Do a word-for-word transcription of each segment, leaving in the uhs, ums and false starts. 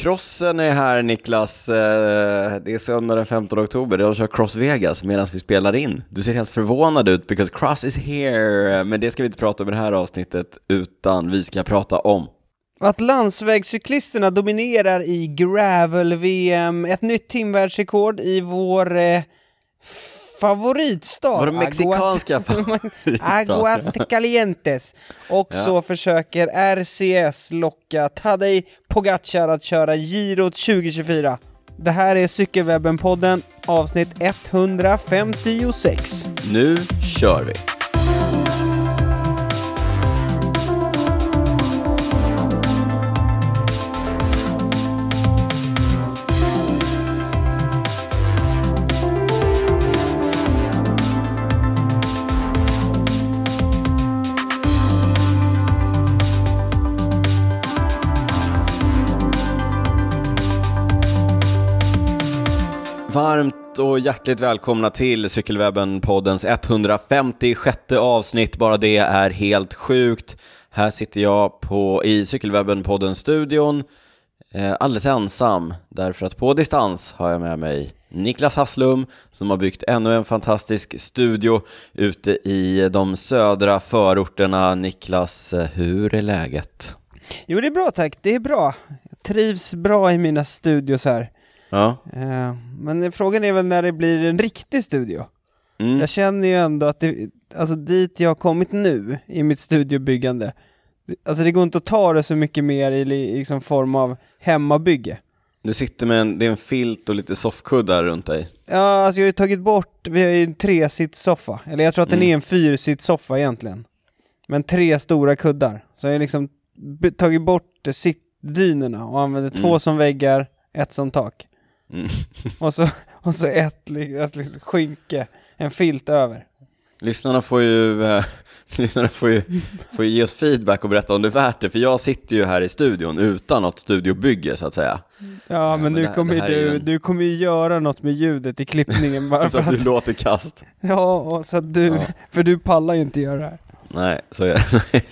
Crossen är här, Niklas. Det är söndag den femtonde oktober. De kör Cross Vegas medan vi spelar in. Du ser helt förvånad ut, because Cross is here. Men det ska vi inte prata om i det här avsnittet, utan vi ska prata om att landsvägscyklisterna dominerar i gravel-V M. Ett nytt timvärldsrekord i vår eh, favoritstad. Vår mexikanska favoritstad. Aguascalientes. Och ja. Så försöker R C S locka Tadej Pogacar att köra Girot tjugo tjugofyra. Det här är Cykelwebben-podden, avsnitt etthundrafemtiosex. Nu kör vi! Varmt och hjärtligt välkomna till Cykelwebben-poddens etthundrafemtiosjätte avsnitt. Bara det är helt sjukt. Här sitter jag på, i Cykelwebben-podden-studion eh, alldeles ensam. Därför att på distans har jag med mig Niklas Hasslum som har byggt ännu en fantastisk studio ute i de södra förorterna. Niklas, hur är läget? Jo, det är bra tack. Det är bra. Jag trivs bra i mina studios här. Ja. Uh, men frågan är väl när det blir en riktig studio. Mm. Jag känner ju ändå att det, alltså dit jag har kommit nu i mitt studiobyggande, alltså det går inte att ta det så mycket mer i liksom form av hemmabygge. Du sitter med en, det är en filt och lite soffkuddar runt dig. Ja, alltså jag har ju tagit bort, vi har ju en tresitssoffa, eller jag tror att mm. den är en fyrsitssoffa egentligen, men tre stora kuddar. Så jag har liksom tagit bort sittdynorna och använder mm. två som väggar, ett som tak. Mm. och, så, och så ett, ett liksom skynke, en filt över. Lyssnarna får ju äh, lyssnarna får ju, får ju ge oss feedback och berätta om det är värt det. För jag sitter ju här i studion utan något studiobygge så att säga. Ja, äh, men, men nu kommer du, en... du kommer ju göra något med ljudet i klippningen bara så att du låter kast. Ja, och så att du, ja. För du pallar ju inte göra det här. Nej, så jag,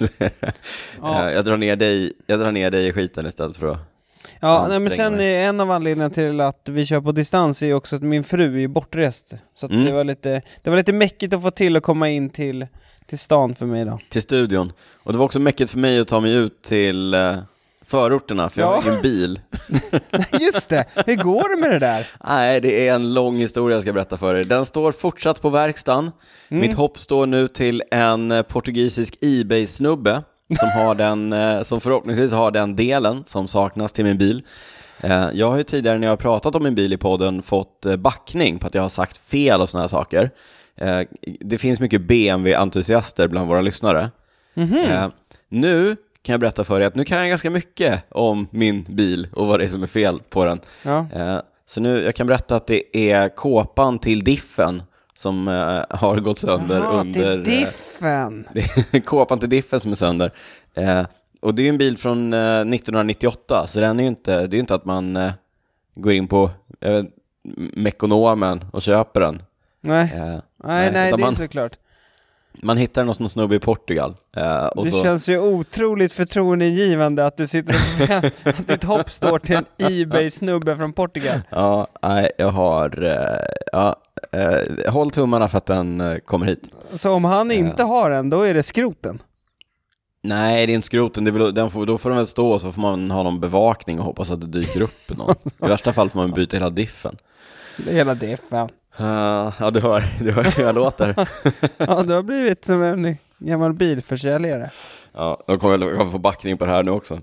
ja. jag, drar ner dig, jag drar ner dig i skiten istället för att... Ja, nej, men sen är en av anledningarna till att vi kör på distans är också att min fru är bortrest. Så att mm. det var lite det var lite mäckigt att få till att komma in till, till stan för mig då. Till studion. Och det var också mäckigt för mig att ta mig ut till uh, förorterna, för ja. jag har ingen bil. Just det, hur går det med det där? Nej, det är en lång historia jag ska berätta för er. Den står fortsatt på verkstaden. Mm. Mitt hopp står nu till en portugisisk eBay-snubbe som har den, som förhoppningsvis har den delen som saknas till min bil. Jag har ju tidigare när jag har pratat om min bil i podden fått backning på att jag har sagt fel och såna här saker. Det finns mycket B M W-entusiaster bland våra lyssnare. Mm-hmm. Nu kan jag berätta för er att nu kan jag ganska mycket om min bil och vad det är som är fel på den. Ja. Så nu, jag kan berätta att det är kåpan till diffen som uh, har gått sönder. Aha, under till diffen. Uh, kåpan till diffen som är sönder. Uh, och det är ju en bil från uh, nittonhundranittioåtta, så den är ju inte, det är ju inte att man uh, går in på uh, Mekonomen och köper den. Nej, uh, nej, nej, nej det man, är såklart. Man hittar någon sån i Portugal. Uh, och det så... känns ju otroligt förtroendegivande att du sitter och att ditt hopp står till en eBay-snubbe från Portugal. Ja, nej, jag har... Uh, ja, uh, håll tummarna för att den uh, kommer hit. Så om han inte uh. har den, då är det skroten? Nej, det är inte skroten. Det är väl, den får, då får den väl stå, så får man ha någon bevakning och hoppas att det dyker upp någon. I värsta fall får man byta hela diffen. Hela diffen. Uh, ja, du hör, du hör hur jag låter. Ja, du har blivit som en gammal bilförsäljare. Ja, då kommer jag få backning på det här nu också.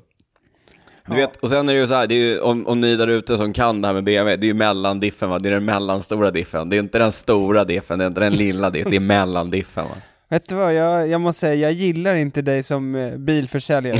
Du ja. vet, och sen är det ju så här, det är ju, om, om ni där ute som kan det här med B M W, det är ju mellandiffen, va? Det är den mellanstora diffen. Det är inte den stora diffen, det är inte den lilla diffen, det är mellandiffen, va? Vet du vad, jag, jag måste säga, jag gillar inte dig som eh, bilförsäljare.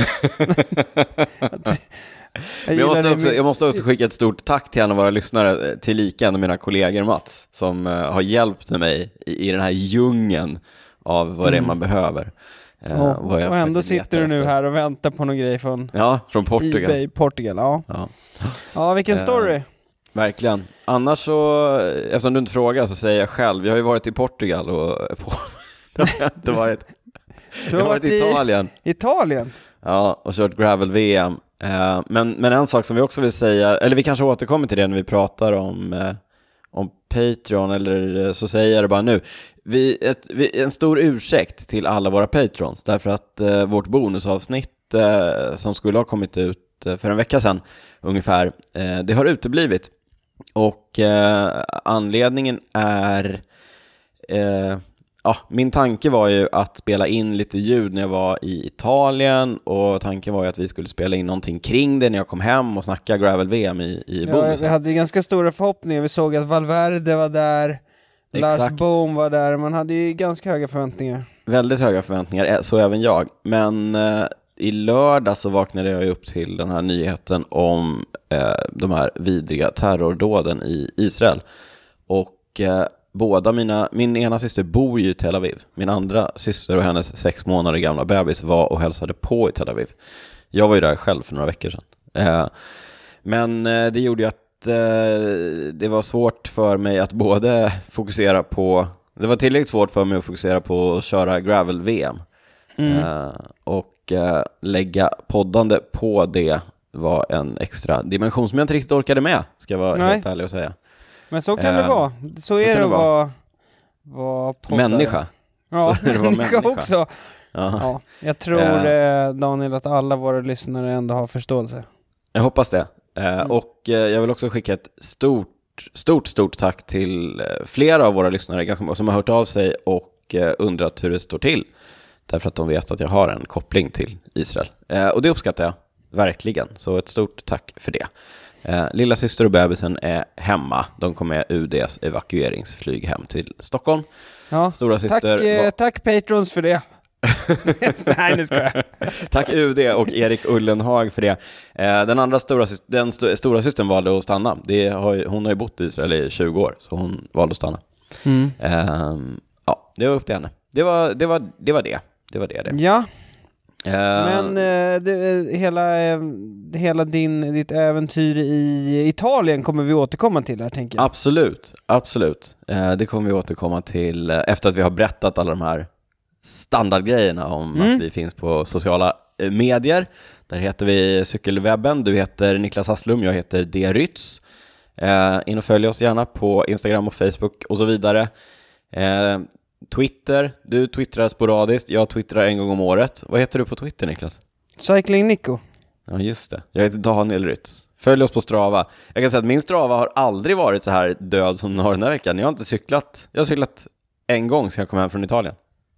Jag, jag, måste också, jag måste också skicka ett stort tack till en av våra lyssnare, till lika en av mina kollegor Mats, som uh, har hjälpt mig i, i den här djungeln av vad mm. det är man behöver. Uh, och, vad jag och ändå sitter du nu efter. Här och väntar på någon grej från, ja, från Portugal. eBay, Portugal, ja. Ja, ja vilken story. Uh, verkligen. Annars så, eftersom du inte frågar så säger jag själv, jag har ju varit i Portugal och på, det har inte varit, du har varit i Italien. I, Italien? Ja, och kört gravel-V M. Eh, men, men en sak som vi också vill säga, eller vi kanske återkommer till det när vi pratar om, eh, om Patreon, eller så säger jag det bara nu. Vi, ett, vi, en stor ursäkt till alla våra patrons, därför att eh, vårt bonusavsnitt eh, som skulle ha kommit ut eh, för en vecka sedan ungefär, eh, det har uteblivit. Och eh, anledningen är... Eh, ja, min tanke var ju att spela in lite ljud när jag var i Italien, och tanken var ju att vi skulle spela in någonting kring det när jag kom hem och snacka Gravel-V M i, i ja, bonusen. vi hade ju ganska stora förhoppningar. Vi såg att Valverde var där, Lars Exakt. Bohm var där. Man hade ju ganska höga förväntningar. Väldigt höga förväntningar, så även jag. Men eh, i lördag så vaknade jag upp till den här nyheten om eh, de här vidriga terrordåden i Israel. Och eh, båda mina, min ena syster bor ju i Tel Aviv. Min andra syster och hennes sex månader gamla bebis var och hälsade på i Tel Aviv. Jag var ju där själv för några veckor sedan. Eh, men eh, det gjorde ju att eh, det var svårt för mig att både fokusera på... Det var tillräckligt svårt för mig att fokusera på att köra Gravel-V M. Mm. Eh, och eh, lägga poddande på det var en extra dimension som jag inte riktigt orkade med, ska jag vara Nej. helt ärlig och säga. Men så kan uh, det vara. Så, så är det att vara, vara människa. Ja, så är det vara människa också. Ja. Ja. Jag tror, uh, Daniel, att alla våra lyssnare ändå har förståelse. Jag hoppas det. Uh, mm. Och uh, jag vill också skicka ett stort, stort, stort tack till uh, flera av våra lyssnare ganska, som har hört av sig och uh, undrat hur det står till. Därför att de vet att jag har en koppling till Israel. Uh, och det uppskattar jag verkligen. Så ett stort tack för det. Eh, lilla syster och bebisen är hemma. De kommer med U D:s evakueringsflyg hem till Stockholm. Ja, Stora syster tack, eh, var... tack patrons för det. Nej, nu ska jag. Tack U D och Erik Ullenhag för det. Eh, den andra stora, den st- stora systern valde att stanna. Det har, hon har ju bott i Israel i tjugo år, så hon valde att stanna. Mm. Eh, ja, det var upp till henne. Det var det. Var, det, var det. det, var det, det. Ja. Uh, Men uh, det, hela, uh, hela din, ditt äventyr i Italien kommer vi återkomma till här, tänker jag. Absolut, absolut. Uh, det kommer vi återkomma till uh, efter att vi har berättat alla de här standardgrejerna om mm. att vi finns på sociala uh, medier. Där heter vi Cykelwebben, du heter Niklas Hasslum, jag heter D. Rytz. Uh, in och följ oss gärna på Instagram och Facebook och så vidare. Uh, Twitter, du twittrar sporadiskt, jag twittrar en gång om året. Vad heter du på Twitter, Niklas? Cycling Nico. Ja, just det. Jag heter Daniel Rytz. Följ oss på Strava. Jag kan säga att min Strava har aldrig varit så här död som den har den här veckan. Jag har inte cyklat. Jag har cyklat en gång sedan jag kom hem från Italien.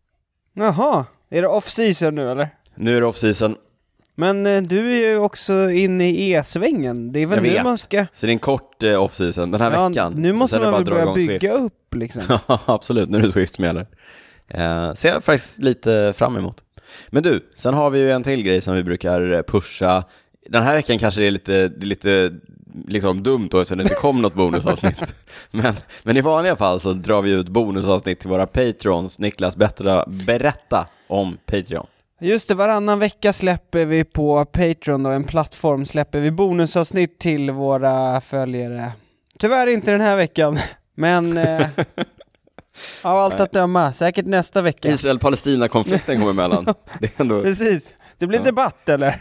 Jaha, är det off-season nu eller? Nu är det off-season. Men eh, du är ju också inne i E-svängen. Det är väl nu man ska... Så det är en kort eh, off-season den här ja, veckan. Nu måste man väl börja bygga Swift. upp liksom. Ja, absolut. Nu är det Swift som gäller. Eh, ser jag faktiskt lite fram emot. Men du, sen har vi ju en till grej som vi brukar pusha. Den här veckan kanske det är lite, det är lite liksom dumt då, så det inte kom något bonusavsnitt. men, men i vanliga fall så drar vi ut bonusavsnitt till våra patrons. Niklas, bättre berätta om Patreon. Just det, varannan vecka släpper vi på Patreon och en plattform släpper vi bonusavsnitt till våra följare. Tyvärr inte den här veckan, men eh, av allt att döma, säkert nästa vecka. Israel-Palestina-konflikten kommer emellan. Det är ändå... Precis, det blir ja. debatt eller?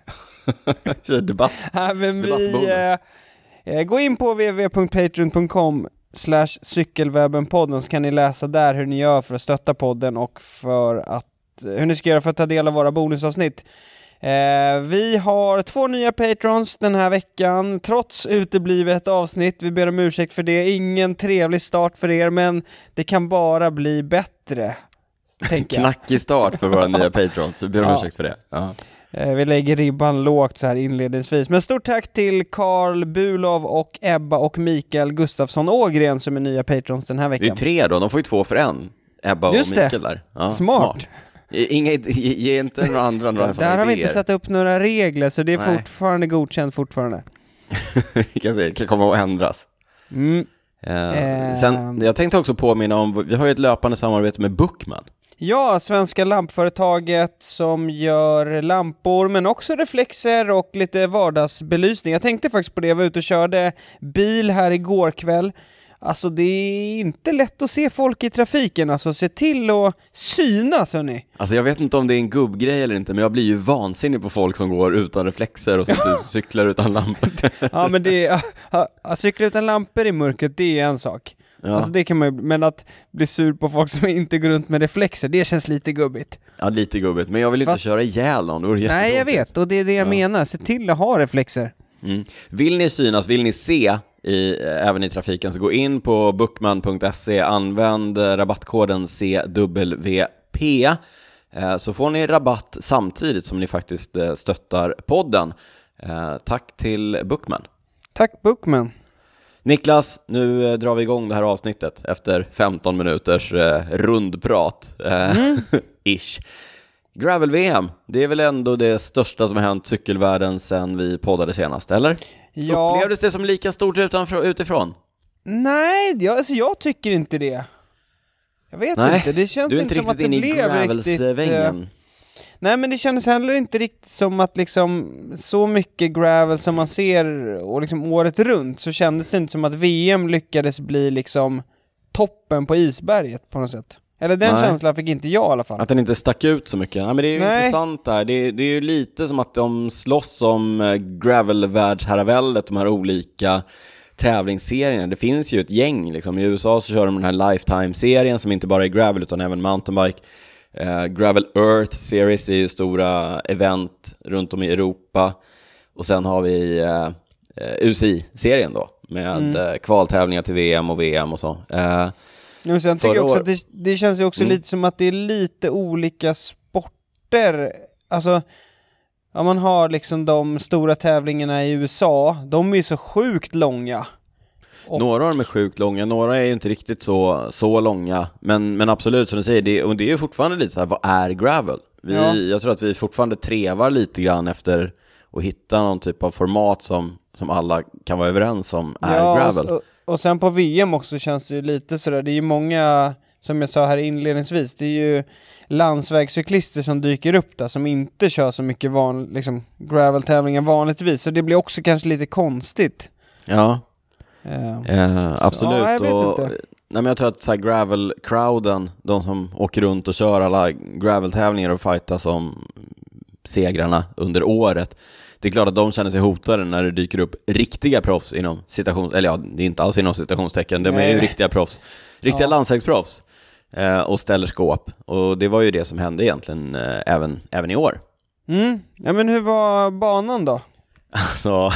debatt. Ja, men vi eh, gå in på w w w punkt patreon punkt com slash cykelwebbenpodden så kan ni läsa där hur ni gör för att stötta podden och för att hur ni ska göra för att ta del av våra bonusavsnitt. Eh, vi har två nya patrons den här veckan, trots uteblivet avsnitt. Vi ber om ursäkt för det. Ingen trevlig start för er, men det kan bara bli bättre. Knackig start för våra nya patrons. Vi ber om ja. ursäkt för det. Ja. Eh, vi lägger ribban lågt så här inledningsvis. Men stort tack till Carl Bulov och Ebba och Mikael Gustafsson Ågren som är nya patrons den här veckan. Det är tre då, de får ju två för en. Ebba Just och Mikael det. där. Ja, smart. smart. Inga, ge, ge inte några andra några där har idéer. vi inte satt upp några regler, så det är Nej. fortfarande godkänt fortfarande. Vi kan se, det kan komma att ändras. Mm. Uh, eh. Sen, jag tänkte också påminna om, vi har ju ett löpande samarbete med Bookman. Ja, svenska lampföretaget som gör lampor men också reflexer och lite vardagsbelysning. Jag tänkte faktiskt på det, jag var ute och körde bil här igår kväll. Alltså det är inte lätt att se folk i trafiken. Alltså se till att synas, hörni. Alltså jag vet inte om det är en gubbgrej eller inte, men jag blir ju vansinnig på folk som går utan reflexer och som typ cyklar utan lampor. Ja, men det är, att cykla utan lampor i mörkret, det är en sak. Ja. Alltså det kan man ju, men att bli sur på folk som inte går runt med reflexer, det känns lite gubbigt. Ja, lite gubbigt, men jag vill inte Fast... köra ihjäl någon. Det Nej, jag vet, och det är det jag ja. menar. Se till att ha reflexer. Mm. Vill ni synas, vill ni se i, även i trafiken, så gå in på bookman punkt se, använd rabattkoden C W P eh, så får ni rabatt samtidigt som ni faktiskt eh, stöttar podden. Eh, tack till Bookman. Tack Bookman. Niklas, nu eh, drar vi igång det här avsnittet efter femton minuters eh, rundprat. Eh, mm. Ish. Gravel-V M, det är väl ändå det största som har hänt cykelvärlden sedan vi poddade senast, eller? Ja. Upplevdes det som lika stort utanför, utifrån? Nej, jag, alltså jag tycker inte det. Jag vet Nej, inte, det känns du är inte inte som att det in blev riktigt... Gravels-vängen. Uh, nej, men det kändes heller inte riktigt som att liksom så mycket gravel som man ser och liksom året runt, så kändes det inte som att V M lyckades bli liksom toppen på isberget på något sätt. Eller den Nej. känslan fick inte jag i alla fall. Att den inte stack ut så mycket. Ja, men det är ju Nej. intressant där. Det är, det är ju lite som att de slåss om gravel-världsherraväldet, de här olika tävlingsserierna. Det finns ju ett gäng. Liksom. I U S A så kör de den här Lifetime-serien som inte bara är gravel utan även mountainbike. Uh, Gravel Earth Series är ju stora event runt om i Europa. Och sen har vi uh, U C I-serien då. Med mm. uh, kvaltävlingar till V M och V M och så. Uh, Men sen tycker jag också att det, det känns ju också mm. lite som att det är lite olika sporter. Alltså, ja, man har liksom de stora tävlingarna i U S A. De är ju så sjukt långa. Och... Några av dem är sjukt långa, några är ju inte riktigt så, så långa. Men, men absolut, som du säger, det, och det är ju fortfarande lite så här, vad är gravel? Vi, ja. Jag tror att vi fortfarande trevar lite grann efter att hitta någon typ av format som, som alla kan vara överens om är ja, gravel. Och, och sen på V M också känns det ju lite sådär, det är ju många, som jag sa här inledningsvis, det är ju landsvägscyklister som dyker upp där som inte kör så mycket van, liksom, gravel-tävlingar vanligtvis. Så det blir också kanske lite konstigt. Ja. Uh, uh, absolut. Ja, jag vet och, inte. Nej, men jag tror att så här, gravel-crowden, de som åker runt och kör alla gravel-tävlingar och fightas om segrarna under året, det är klart att de känner sig hotade när det dyker upp riktiga proffs inom citations... Eller ja, det är inte alls inom citationstecken, de är ju riktiga proffs. Riktiga ja. landsvägsproffs eh, och ställer skåp. Och det var ju det som hände egentligen eh, även, även i år. Mm. Ja, men hur var banan då? Alltså...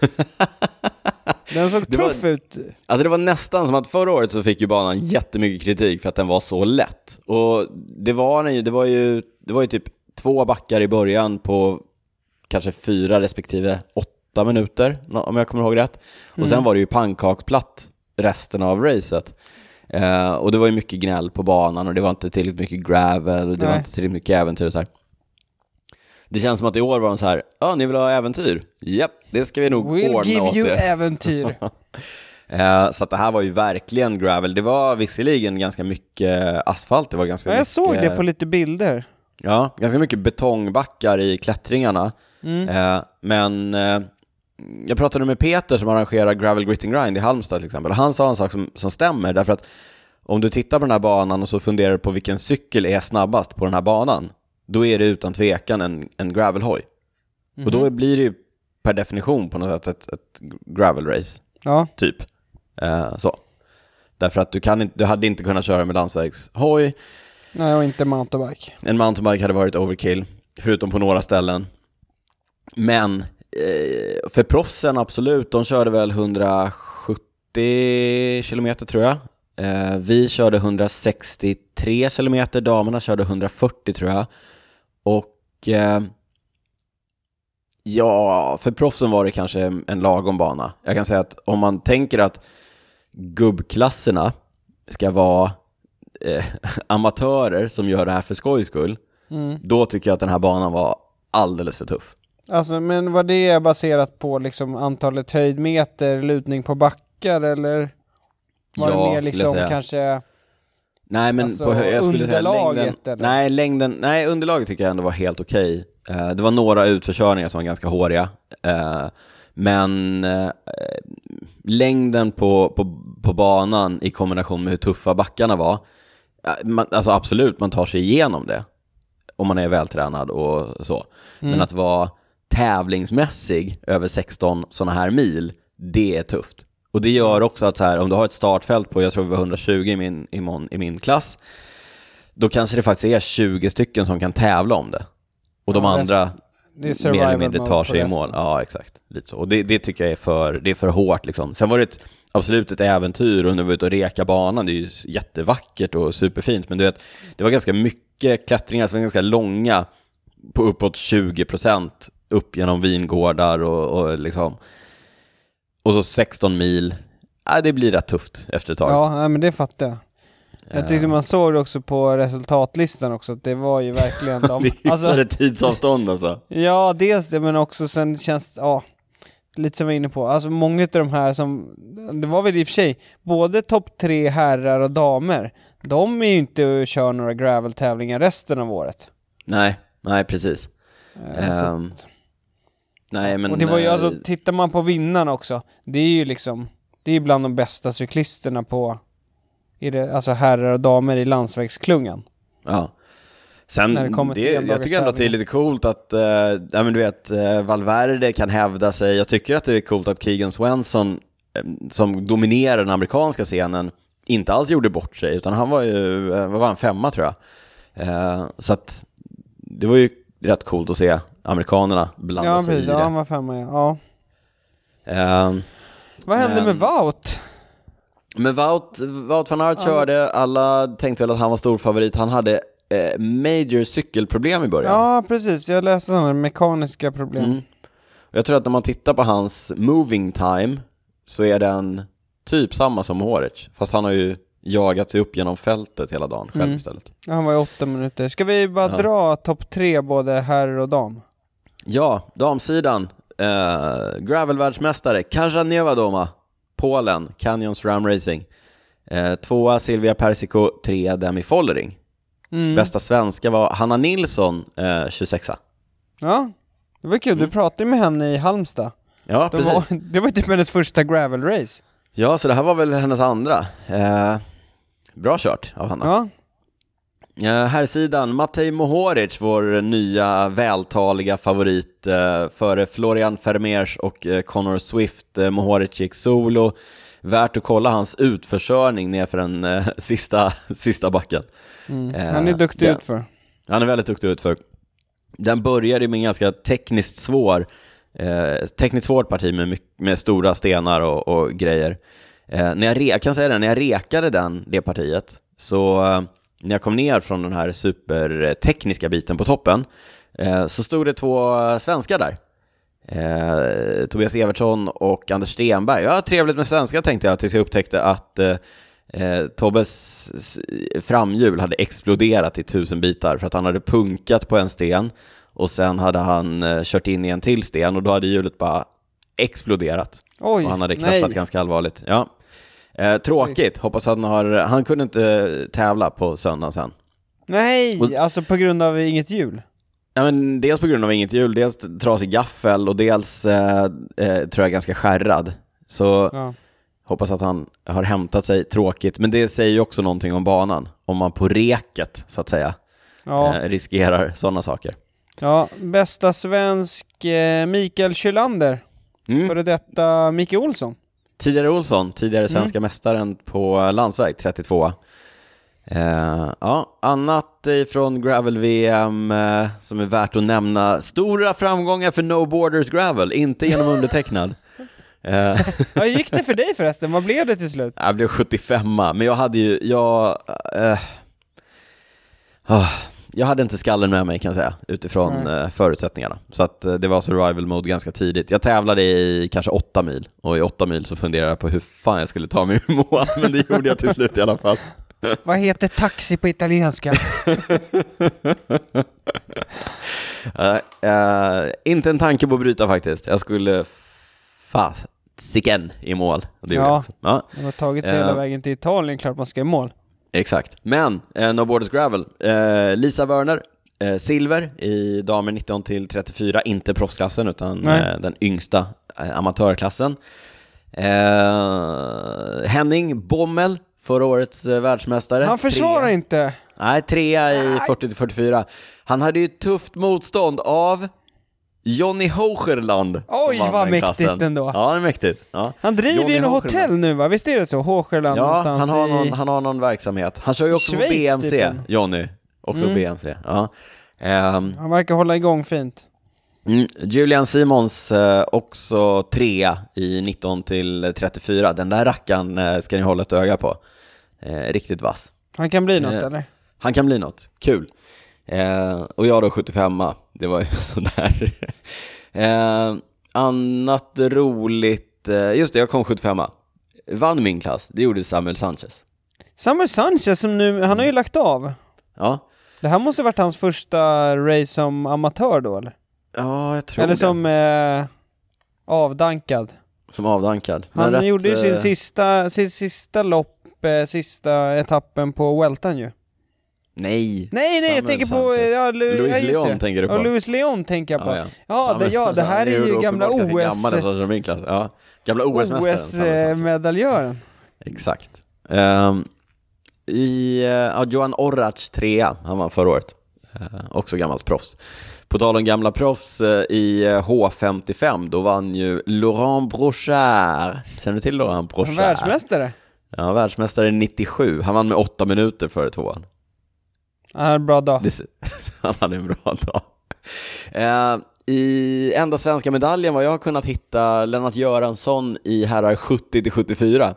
Den såg tuff var, ut. Alltså det var nästan som att förra året så fick ju banan jättemycket kritik för att den var så lätt. Och det var, det var ju det var ju typ två backar i början på kanske fyra respektive åtta minuter, om jag kommer ihåg rätt. Och mm. sen var det ju pannkakplatt resten av racet. Uh, och det var ju mycket gnäll på banan och det var inte tillräckligt mycket gravel och det Nej. var inte tillräckligt mycket äventyr och så här. Det känns som att i år var de så här, ja, ni vill ha äventyr? Japp, det ska vi nog we'll ordna give åt you det. äventyr. uh, så att det här var ju verkligen gravel. Det var visserligen ganska mycket asfalt. Det var ganska ja, jag mycket, såg det på lite bilder. Ja, ganska mycket betongbackar i klättringarna. Mm. Uh, men uh, jag pratade med Peter som arrangerar Gravel Grit and Grind i Halmstad till exempel. Och han sa en sak som, som stämmer. Därför att om du tittar på den här banan och så funderar på vilken cykel är snabbast på den här banan, då är det utan tvekan en, en gravelhoj. Mm-hmm. Och då blir det ju per definition på något sätt ett, ett gravel-race. Ja. Typ. Uh, så. Därför att du, kan inte, du hade inte kunnat köra med landsvägshoj. Nej, och inte mountainbike. En mountainbike hade varit overkill, förutom på några ställen. Men eh, för proffsen absolut, de körde väl hundrasjuttio kilometer tror jag. Eh, vi körde hundrasextiotre kilometer, damerna körde hundrafyrtio tror jag. Och eh, ja, för proffsen var det kanske en lagom bana. Jag kan säga att om man tänker att gubbklasserna ska vara eh, amatörer som gör det här för skojs skull, mm. då tycker jag att den här banan var alldeles för tuff. Alltså, men var det baserat på liksom antalet höjdmeter, lutning på backar, eller var ja, det mer liksom kanske... Nej, men alltså, på, jag skulle säga längden, eller? nej, längden, nej, underlaget tycker jag ändå var helt okej. Uh, det var några utförkörningar som var ganska håriga. Uh, men uh, längden på, på på banan i kombination med hur tuffa backarna var. Man, alltså absolut, man tar sig igenom det om man är vältränad och så. Mm. Men att vara tävlingsmässig över sexton sådana här mil, det är tufft. Och det gör också att så här, om du har ett startfält på, jag tror vi var hundratjugo i min, i, mon, i min klass, då kanske det faktiskt är tjugo stycken som kan tävla om det. Och de ja, andra mer eller mindre tar sig i mål. Ja, exakt. Lite så. Och det, det tycker jag är för, det är för hårt liksom. Sen var det ett, absolut ett äventyr och när vi var ute och reka banan. Det är ju jättevackert och superfint. Men du vet, det var ganska mycket klättringar som var ganska långa på uppåt tjugo procent upp genom vingårdar och, och liksom. Och så sexton mil. Ja, det blir rätt tufft efter ett tag. Ja, men det fattar jag. Jag tyckte man såg också på resultatlistan också att det var ju verkligen de... det är alltså, tidsavstånd alltså. Ja, dels det, men också sen känns ja, lite som jag var inne på. Alltså många av de här som... Det var väl i och för sig både topp tre herrar och damer. De är ju inte att köra några gravel-tävlingar resten av året. Nej, nej precis. Äh, um, nej, men... Och det var ju alltså, tittar man på vinnarna också. Det är ju liksom... Det är ju bland de bästa cyklisterna på... I det, alltså herrar och damer i landsvägsklungan. Ja. Sen, det det, jag tycker ändå att det är lite coolt att äh, ja, men du vet, äh, Valverde kan hävda sig. Jag tycker att det är coolt att Keegan Swenson äh, som dominerar den amerikanska scenen inte alls gjorde bort sig, utan han var ju, äh, vad var han, femma tror jag. Äh, så att det var ju rätt coolt att se amerikanerna blanda ja, sig precis, i det. Ja, han var femma, ja. Äh, vad hände men, med Wout? Men Wout, Wout van Aert ja. körde, alla tänkte väl att han var stor favorit. Han hade eh, major cykelproblem i början. Ja, precis. Jag läste sådana mekaniska problem. Mm. Jag tror att när man tittar på hans moving time så är den typ samma som Mohoric. Fast han har ju jagat sig upp genom fältet hela dagen själv mm. istället. Ja, han var i åtta minuter. Ska vi bara ja. dra topp tre både herr och dam? Ja, damsidan. Eh, gravelvärldsmästare Kaja Nevadoma. Polen, Canyons Ram Racing. Eh, tvåa Silvia Persico, tre Demi Follering. Mm. Bästa svenska var Hanna Nilsson, eh, tjugosexa. Ja, det var kul. Mm. Du pratade med henne i Halmstad. Ja, det precis. Var, det var typ hennes första gravel-race. Ja, så det här var väl hennes andra. Eh, bra kört av Hanna. Ja. Eh, här sidan, Matej Mohoric, vår nya vältaliga favorit eh, före Florian Vermeers och eh, Connor Swift. Eh, Mohoric gick solo. Värt att kolla hans utförsörjning ner för den eh, sista, sista backen. Mm. Eh, han är duktig den, utför. Han är väldigt duktig utför. Den började med en ganska tekniskt svår eh, tekniskt svårt parti med, med stora stenar och, och grejer. Eh, när jag re- kan säga det, när jag rekade den, det partiet så... Eh, när jag kom ner från den här supertekniska biten på toppen eh, så stod det två svenskar där. Eh, Tobias Evertsson och Anders Stenberg. Ja, trevligt med svenskar tänkte jag tills jag upptäckte att eh, Tobbes framhjul hade exploderat i tusen bitar för att han hade punkat på en sten och sen hade han eh, kört in i en till sten och då hade hjulet bara exploderat. Oj, och han hade kraschat nej. ganska allvarligt. Ja. Eh, tråkigt, hoppas att han har... Han kunde inte tävla på söndagen sen. Nej, och, alltså på grund av inget hjul. Ja, men dels på grund av inget hjul, dels trasig gaffel och dels eh, eh, tror jag ganska skärrad. Så ja. Hoppas att han har hämtat sig. Tråkigt, men det säger ju också någonting om banan. Om man på reket, så att säga, ja. eh, riskerar sådana saker. Ja, bästa svensk eh, Mikael Kjölander. Mm. Före detta Micke Olsson. Tidigare Olsson, tidigare svenska mm. mästaren på landsväg, trettiotvå. Uh, ja, annat från Gravel-V M uh, som är värt att nämna. Stora framgångar för No Borders Gravel, inte genom undertecknad. uh. Vad gick det för dig förresten? Vad blev det till slut? Jag blev sjuttiofem, men jag hade ju... Jag, uh, uh, jag hade inte skallen med mig kan jag säga, utifrån uh, förutsättningarna. Så att uh, det var survival mode ganska tidigt. Jag tävlade i kanske åtta mil. Och i åtta mil så funderade jag på hur fan jag skulle ta mig i mål. Men det gjorde jag till slut i alla fall. Vad heter taxi på italienska? uh, uh, inte en tanke på att bryta faktiskt. Jag skulle fasiken i mål. Det ja, ja, man har tagit sig uh, hela vägen till Italien. Klart man ska i mål. Exakt, men uh, No Borders Gravel uh, Lisa Werner, uh, silver i damer nitton till trettiofyra. Inte proffsklassen utan uh, den yngsta uh, amatörklassen. Eh, Henning Bommel, förra årets eh, världsmästare. Han försvarar trea. inte. Nej, trea i fyrtio till fyrtiofyra. Han hade ju tufft motstånd av Johnny Hocherland. Oj, vad mäktigt klassen. Ändå. Ja, det är mäktigt. Ja. Han driver Johnny ju en hotell nu, va? Visst är det så? Hocherland ja, någonstans han har, någon, i... han har någon verksamhet. Han kör ju också Schweiz, på B M C, typen. Johnny. Också mm. B M C, ja. Um, han verkar hålla igång fint. Mm, Julian Simons eh, också trea i nitton till trettiofyra. Den där rackaren eh, ska ni hålla ett öga på. Eh, riktigt vass. Han kan bli något, eh, eller? Han kan bli något, kul. Eh, och jag då sjuttiofem, det var ju sådär. eh, annat roligt, eh, just det, jag kom sjuttiofem. Vann min klass, det gjorde Samuel Sanchez. Samuel Sanchez som nu, han har ju lagt av. Ja. Det här måste ha varit hans första race som amatör då, eller? Ja, jag tror Eller det. som eh, avdankad. Som avdankad. Men han rätt, gjorde ju sin eh... sista, sin sista lopp, eh, sista etappen på Weltan ju. Nej. Nej, nej, jag tänker på ja, Lu- Louis ja, Leon tänker du på. Ja, Louis Leon tänker jag på. Ja, ja. ja, Samuel, det, ja det här är ju gamla O S gammal, ja. Gamla O S-mästaren. O S-medaljören. Exakt. Um, i uh, ja, Johan Orrach trea, han var förra året. Uh, också gammalt proffs. På tal om gamla proffs uh, i uh, H femtiofem, då vann ju Laurent Brochard. Känner du till Laurent Brochard? Världsmästare. Ja, världsmästare nittiosju. Han vann med åtta minuter före tvåan. Han hade en bra dag. Det, han hade en bra dag. Uh, I enda svenska medaljen vad jag har kunnat hitta Lennart Göransson i herrar sjuttio till sjuttiofyra.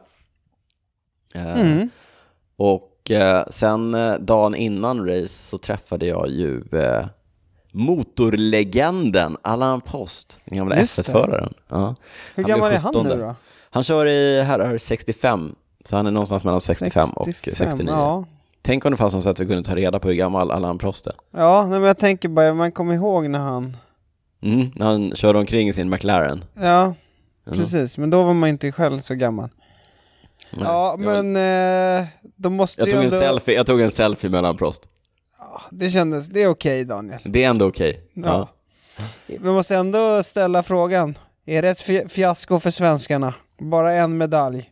Uh, mm. Och eh, sen eh, dagen innan race så träffade jag ju eh, motorlegenden Alain Prost, den gamla F ett-föraren. Ja. Hur gammal är han nu då? Han kör i herrar sextiofem, så han är någonstans mellan sextiofem, sextiofem och sextionio. Ja. Tänk om det fanns något sätt att vi kunde ta reda på hur gammal Alain Prost är. Ja, nej, men jag tänker bara, man kommer ihåg när han... Mm, när han körde omkring i sin McLaren. Ja, mm. precis. Men då var man inte själv så gammal. Nej, ja, men jag, eh, då måste jag tog ändå... en selfie, jag tog en selfie med Alain Prost. Ja, det kändes, det är okej, Daniel. Det är ändå okej. Ja. Ja. Vi måste ändå ställa frågan. Är det ett fiasko för svenskarna? Bara en medalj?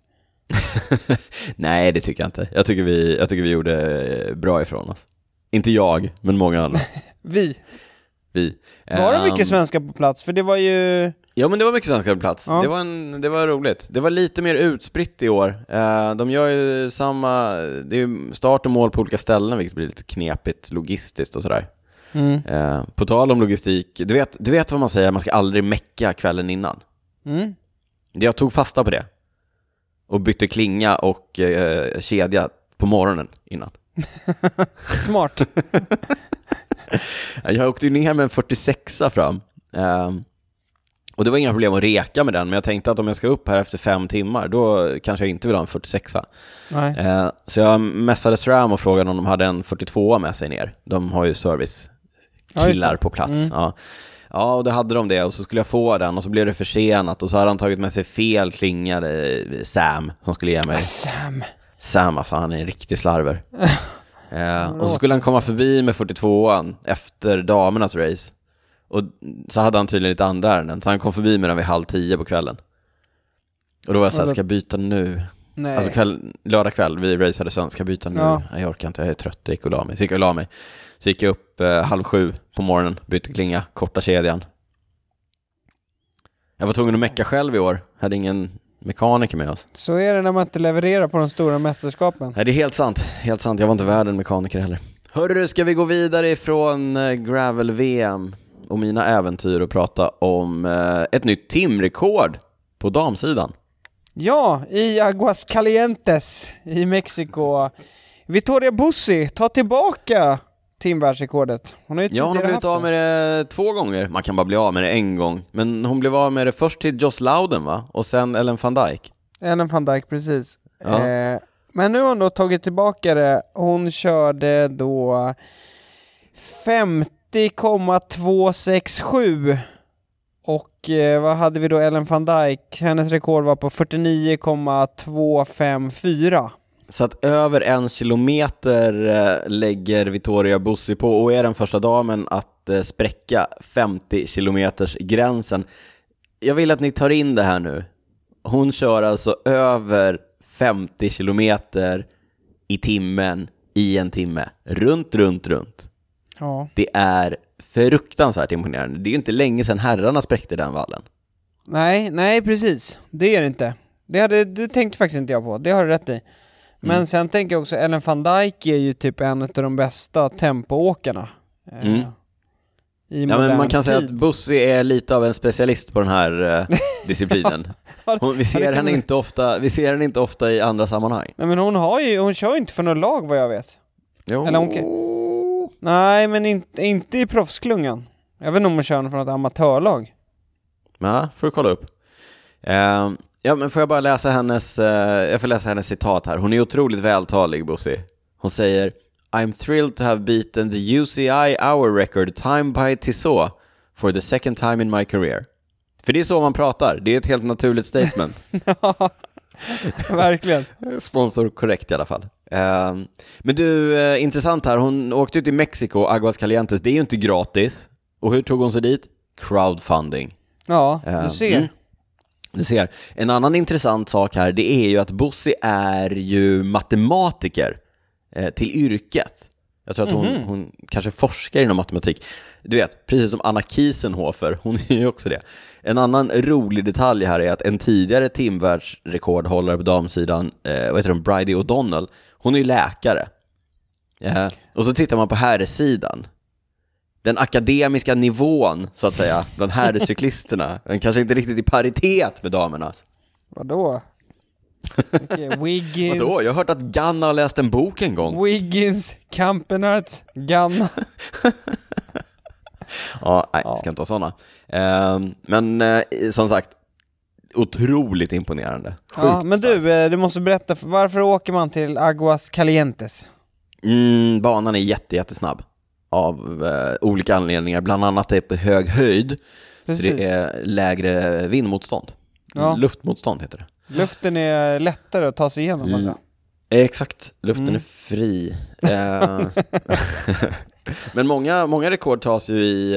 Nej, det tycker jag inte. Jag tycker vi, jag tycker vi gjorde bra ifrån oss. Inte jag, men många andra. Vi. Vi. Var det mycket svenskar på plats? För det var ju... Ja, men det var mycket svenskar på plats. Ja. Det var en, det var roligt. Det var lite mer utspritt i år. Uh, de gör ju samma... Det är ju start och mål på olika ställen, vilket blir lite knepigt logistiskt och sådär. Mm. Uh, på tal om logistik, du vet, du vet vad man säger, man ska aldrig mecka kvällen innan. Mm. Jag tog fasta på det. Och bytte klinga och uh, kedja på morgonen innan. Smart. Jag åkte ju ner med en fyrtiosexa fram. Um, och det var inga problem att reka med den. Men jag tänkte att om jag ska upp här efter fem timmar, då kanske jag inte vill ha en fyrtiosexa. Nej. Uh, så jag messade SRAM och frågade om de hade en fyrtiotvå med sig ner. De har ju service-killar ja, på plats. Mm. Ja. Ja, och då hade de det. Och så skulle jag få den. Och så blev det försenat. Och så hade han tagit med sig fel klinga. Sam, som skulle ge mig. Ah, Sam. Sam, alltså han är en riktig slarver. Uh, och så skulle han komma förbi med fyrtiotvåan efter damernas race. Och så hade han tydligen lite andra ärenden. Så han kom förbi med den vid halv tio på kvällen. Och då var jag såhär, ska jag byta nu? Nej. Alltså kväll, lördag kväll, vi raceade sönder, ska jag byta nu? Ja. Jag orkar inte, jag är trött, jag gick och la mig. Så gick jag och la mig. Så gick jag upp eh, halv sju på morgonen, bytte klinga, korta kedjan. Jag var tvungen att mecka själv i år. Hade ingen mekaniker med oss. Så är det när man inte levererar på de stora mästerskapen. Nej, det är helt sant. Helt sant, jag var inte värd en mekaniker heller. Hörru, ska vi gå vidare ifrån eh, Gravel-V M och mina äventyr och prata om eh, ett nytt timrekord på damsidan? Ja, i Aguascalientes i Mexiko. Victoria Bussi tar tillbaka timvärldsrekordet. Hon har ju ja, hon har blivit av med det två gånger. Man kan bara bli av med det en gång. Men hon blev av med det först till Joss Loudon, va? Och sen Ellen van Dijk. Ellen van Dijk, precis. Ja. Eh, men nu har hon då tagit tillbaka det. Hon körde då femtio komma tvåhundrasextiosju. Och eh, vad hade vi då? Ellen van Dijk, hennes rekord var på fyrtionio komma tvåhundrafemtiofyra. Så att över en kilometer eh, lägger Victoria Bussi på och är den första damen att eh, spräcka femtio kilometers gränsen. Jag vill att ni tar in det här nu hon kör alltså över femtio kilometer i timmen i en timme. Runt, runt, runt. Ja. Det är fruktansvärt imponerande. Det är ju inte länge sedan herrarna spräckte den vallen. Nej, nej precis. Det är det inte. Det, hade, det tänkte faktiskt inte jag på. Det har du rätt i. Men mm. sen tänker jag också, Ellen van Dijk är ju typ en av de bästa tempoåkarna. Mm. Eh, i ja, men man kan tid. säga att Bussi är lite av en specialist på den här eh, disciplinen. Hon, vi, ser henne inte ofta, vi ser henne inte ofta i andra sammanhang. Nej, men hon, har ju, hon kör ju inte för något lag vad jag vet. Jo. Eller hon kan... Nej, men inte, inte i proffsklungan. Jag vet inte om hon kör från ett amatörlag. Ja, får du kolla upp. Uh, ja, men får jag bara läsa hennes, uh, jag får läsa hennes citat här. Hon är otroligt vältalig, Bussi. Hon säger: I'm thrilled to have beaten the U C I hour record time by Tissot for the second time in my career. För det är så man pratar. Det är ett helt naturligt statement. Ja, verkligen. Sponsor korrekt i alla fall. Uh, men du, uh, intressant här. Hon åkte ut i Mexiko, Aguas Calientes. Det är ju inte gratis. Och hur tog hon sig dit? Crowdfunding. Ja, du ser. Mm. Du ser. En annan intressant sak här, det är ju att Bussi är ju matematiker eh, till yrket. Jag tror att hon, mm-hmm. hon kanske forskar inom matematik. Du vet, precis som Anna Kiesenhofer, hon är ju också det. En annan rolig detalj här är att en tidigare timvärldsrekordhållare på damsidan, eh, vad heter hon, Bridie O'Donnell, hon är ju läkare. Eh, och så tittar man på herrsidan. Den akademiska nivån, så att säga, bland herrcyklisterna, den kanske inte riktigt i paritet med damernas. Vadå? Okay, Wiggins. Vadå? Jag har hört att Ganna har läst en bok en gång. Wiggins, Campenart, Ganna. Ja, nej, ja. Ska inte ha sådana. Uh, men uh, som sagt, otroligt imponerande. Sjukt ja, men starkt. du, du måste berätta, varför åker man till Aguas Calientes? Mm, banan är jätte, jättesnabb. Av uh, olika anledningar. Bland annat är det på hög höjd. Precis. Så det är lägre vindmotstånd. Ja. Luftmotstånd heter det. Luften är lättare att ta sig igenom. Mm. Alltså. Exakt, luften mm. är fri. Men många, många rekord tas ju i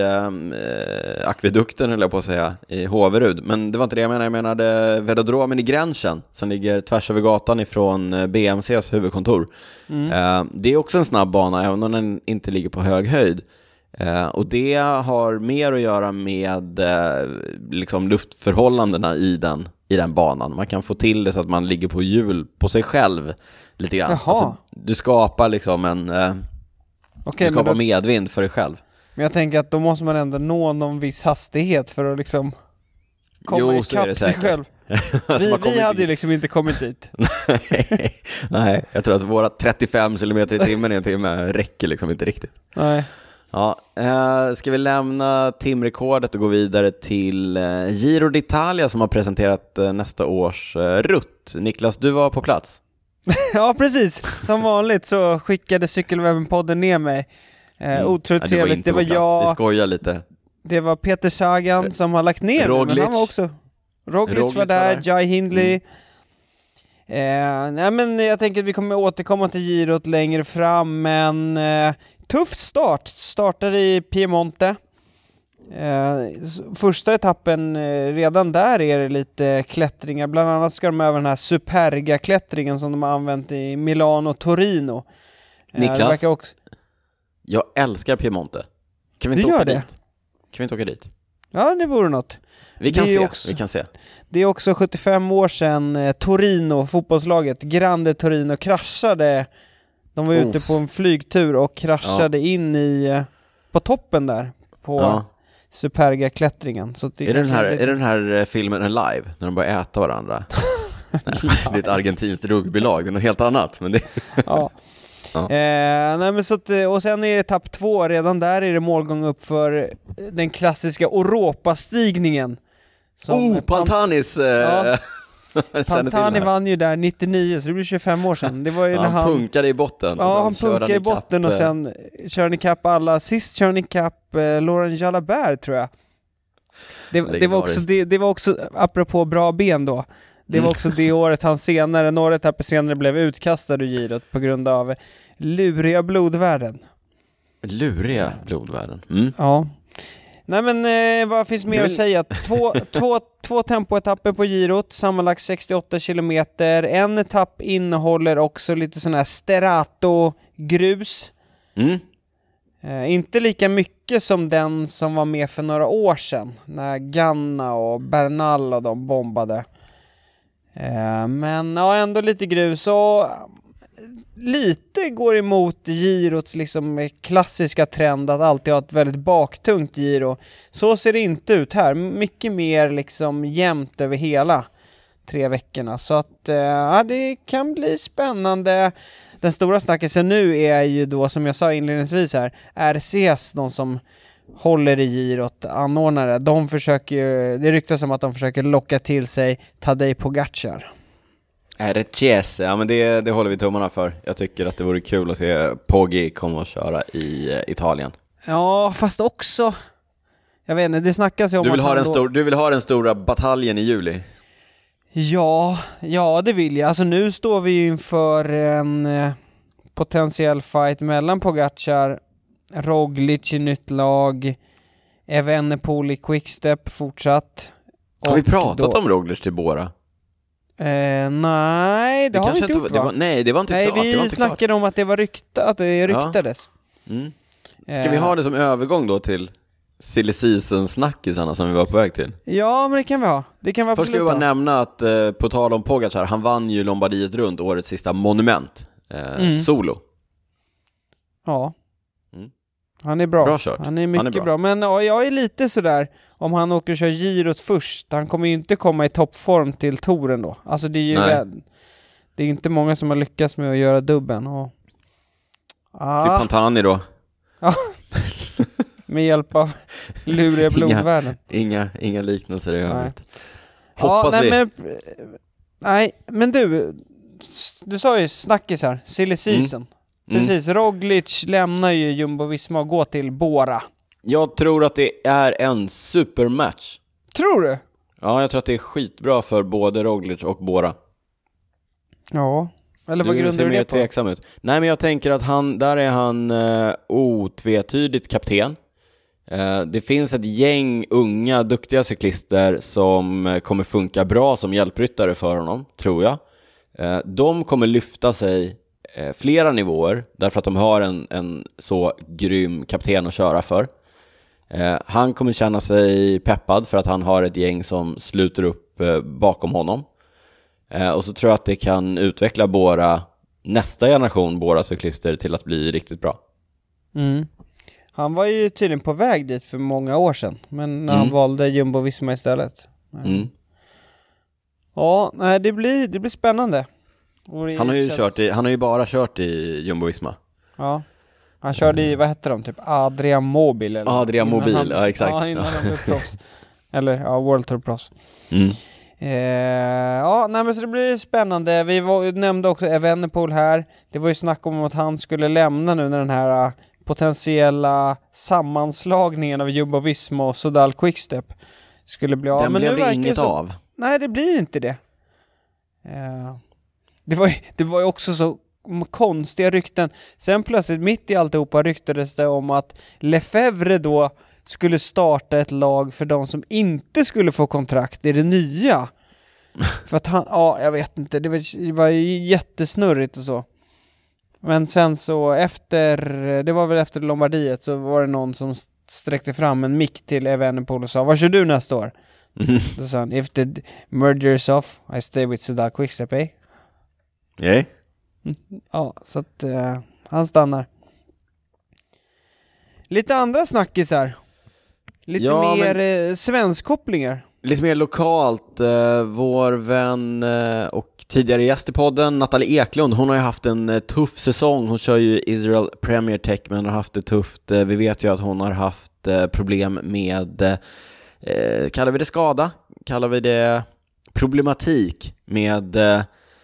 äh, akvedukten, eller på att säga, i Håverud. Men det var inte det jag menade. Jag menade velodromen i Gränchen, som ligger tvärs över gatan ifrån B M C:s huvudkontor. Mm. Äh, det är också en snabb bana, även om den inte ligger på hög höjd. Uh, och det har mer att göra med uh, liksom luftförhållandena i den, i den banan. Man kan få till det så att man ligger på hjul på sig själv lite grann. Alltså, du skapar liksom en uh, okay, du skapar då, medvind för dig själv. Men jag tänker att då måste man ändå nå någon viss hastighet för att liksom komma jo, ikapp sig själv. alltså vi vi hade ju liksom inte kommit dit. Nej, nej, jag tror att våra trettiofem kilometer i timmen i en timme räcker liksom inte riktigt. Nej. Ja, eh, ska vi lämna timrekordet och gå vidare till eh, Giro d'Italia som har presenterat eh, nästa års eh, rutt. Niklas, du var på plats. Ja, precis. Som vanligt så skickade Cykelwebben-podden ner mig. Eh, mm. Otroligt ja, trevligt. Det var jag. Vi skojar lite. Det var Peter Sagan som har lagt ner. Roglic. Men han var också. Roglic, Roglic var där, Jai Hindley. Mm. Eh, nej, men jag tänker att vi kommer återkomma till Girot längre fram, men eh, tuff start. Startar i Piemonte. Eh, första etappen, eh, redan där är det lite klättringar. Bland annat ska de över den här Superga-klättringen som de har använt i Milano och Torino. Eh, Niklas, också... jag älskar Piemonte. Kan vi inte du åka gör det? dit? Kan vi inte åka dit? Ja, det vore något. Vi kan, se. Också, vi kan se. Det är också sjuttiofem år sedan eh, Torino, fotbollslaget, Grande Torino, kraschade. De var oh. ute på en flygtur och kraschade ja. in i eh, på toppen där på ja. Superga-klättringen. Så det är, den här, lite... är den här filmen live när de börjar äta varandra? Nej, det är ett argentinskt rugbylag, det är något helt annat. Men det... ja. Ja. Eh, nej men så att, och sen är det etapp två, redan där är det målgång upp för den klassiska Europa-stigningen. Oh, Pantanis! Eh, ja. Pantani vann ju där nittionio, så det blir tjugofem år sedan. Det var ju ja, när han, han punkade i botten. Ja, han punkade i botten och sen körde han ikapp alla. Sist körde han ikapp eh, Laurent Jalabert, tror jag. Det, det, var också, det, det var också, apropå bra ben då, det var också det året han senare, några etapper senare, blev utkastad ur girot på grund av luriga blodvärden. Luriga blodvärden? Mm. Ja. Nej men eh, vad finns mer vill... att säga? Två, två, två tempoetapper på girot, sammanlagt sextioåtta kilometer. En etapp innehåller också lite sån här Sterato-grus. Mm. Eh, inte lika mycket som den som var med för några år sedan, när Ganna och Bernal och de bombade. Eh, men ja, ändå lite grus och lite går emot girots liksom klassiska trend att alltid ha ett väldigt baktungt giro. Så ser det inte ut här. Mycket mer liksom jämnt över hela tre veckorna. Så att eh, ja, det kan bli spännande. Den stora snackisen nu är ju då, som jag sa inledningsvis här, R C S, de som håller i girot, anordnare. De försöker, det ryktas som att de försöker locka till sig Tadej Pogacar. R C S, ja men det, det håller vi tummarna för. Jag tycker att det vore kul att se Poggi komma och köra i eh, Italien. Ja, fast också, jag vet inte, det snackas ju om du vill att ha den då... stor, Du vill ha den stora bataljen i juli? Ja, ja det vill jag. Alltså nu står vi ju inför en eh, potentiell fight mellan Pogacar, Roglic i nytt lag, Evenepoel i Quickstep fortsatt. Har vi pratat då... om Roglic till Bora? Eh, nej, det, det har vi inte gjort, inte, va? Det var, nej, det var inte nej, klart. vi det var inte snackade klart. om att det var rykta, att det ryktades. Ja. Mm. Ska vi ha det som övergång då till silly season-snackisarna som vi var på väg till? Ja, men det kan vi ha. Det kan vi Först ska vi bara nämna att eh, på tal om Pogacar, han vann ju Lombardiet runt, årets sista monument. Eh, mm. Solo. Ja. Mm. Han är bra. Bra kört. Han är mycket han är bra. bra. Men ja, jag är lite sådär, om han åker och kör girot först, han kommer ju inte komma i toppform till touren då. Alltså det är ju väl, det är inte många som har lyckats med att göra dubben. Och... Ah. Det är Pantani då. Ja. Med hjälp av luriga blodvärden. Inga, inga, inga liknelser i övrigt. Hoppas ja, nej, vi. Men, nej, men du, du sa ju snackisar, silly season. Mm. Mm. Precis, Roglic lämnar ju Jumbo-Visma och går till Bora. Jag tror att det är en supermatch. Tror du? Ja, jag tror att det är skitbra för både Roglic och Bora. Ja, eller vad grundar du det på? Tveksam ut. Nej, men jag tänker att han, där är han uh, otvetydigt kapten. Uh, det finns ett gäng unga, duktiga cyklister som uh, kommer funka bra som hjälpryttare för honom, tror jag. Uh, de kommer lyfta sig uh, flera nivåer därför att de har en, en så grym kapten att köra för. Uh, han kommer känna sig peppad för att han har ett gäng som sluter upp uh, bakom honom. Uh, och så tror jag att det kan utveckla Bora, nästa generation Bora cyklister till att bli riktigt bra. Mm. Han var ju tydligen på väg dit för många år sedan, men när mm. han valde Jumbo-Visma istället. Mm. Ja, nej, det blir det blir spännande. Han har ju känns... kört i, han har ju bara kört i Jumbo-Visma. Ja. Han körde i, vad hette de, typ Adrian Mobil eller Adrian Mobil, han, ja exakt. Ja, innan han blev proffs. Eller ja, World Tour proffs. Mm. Eh, ja, nej men så det blir spännande. Vi var, nämnde också Evenepoel här. Det var ju snack om att han skulle lämna nu när den här uh, potentiella sammanslagningen av Jumbo-Visma och Soudal Quickstep skulle bli av. Den men blev nu det inget så, av. Nej, det blir inte det. Eh, det, var, det var ju också så konstiga rykten. Sen plötsligt mitt i alltihopa ryktades det om att Lefebvre då skulle starta ett lag för de som inte skulle få kontrakt i det nya. För att han, ja jag vet inte, det var, det var jättesnurrigt och så. Men sen så efter, det var väl efter Lombardiet, så var det någon som sträckte fram en mick till Evenepoel och sa: vad kör du nästa år? Mm. Då sa han: if the merger is off, I stay with Soudal Quickstep, eh? Yeah. Mm. Ja, så att uh, han stannar. Lite andra snackisar. Lite ja, mer men... eh, svenskkopplingar. Lite mer lokalt. Eh, vår vän eh, och tidigare gäst i podden, Nathalie Eklund, hon har ju haft en eh, tuff säsong. Hon kör ju Israel Premier Tech, men har haft det tufft. Eh, vi vet ju att hon har haft eh, problem med, eh, kallar vi det skada? Kallar vi det problematik med eh,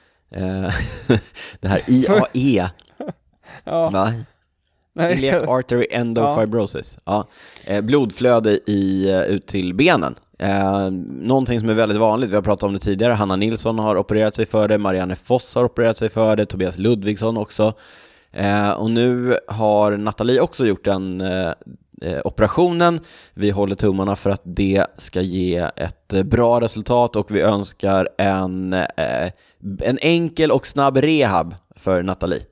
det här I A E. Ja. Va? Iliac artery endofibrosis. Ja. Ja. Eh, blodflöde i, uh, ut till benen. Eh, någonting som är väldigt vanligt. Vi har pratat om det tidigare. Hanna Nilsson har opererat sig för det. Marianne Foss har opererat sig för det. Tobias Ludvigsson också. Eh, och nu har Nathalie också gjort en, uh, eh, operationen. Vi håller tummarna för att det ska ge ett eh, bra resultat och vi önskar en, eh, en enkel och snabb rehab för Nathalie.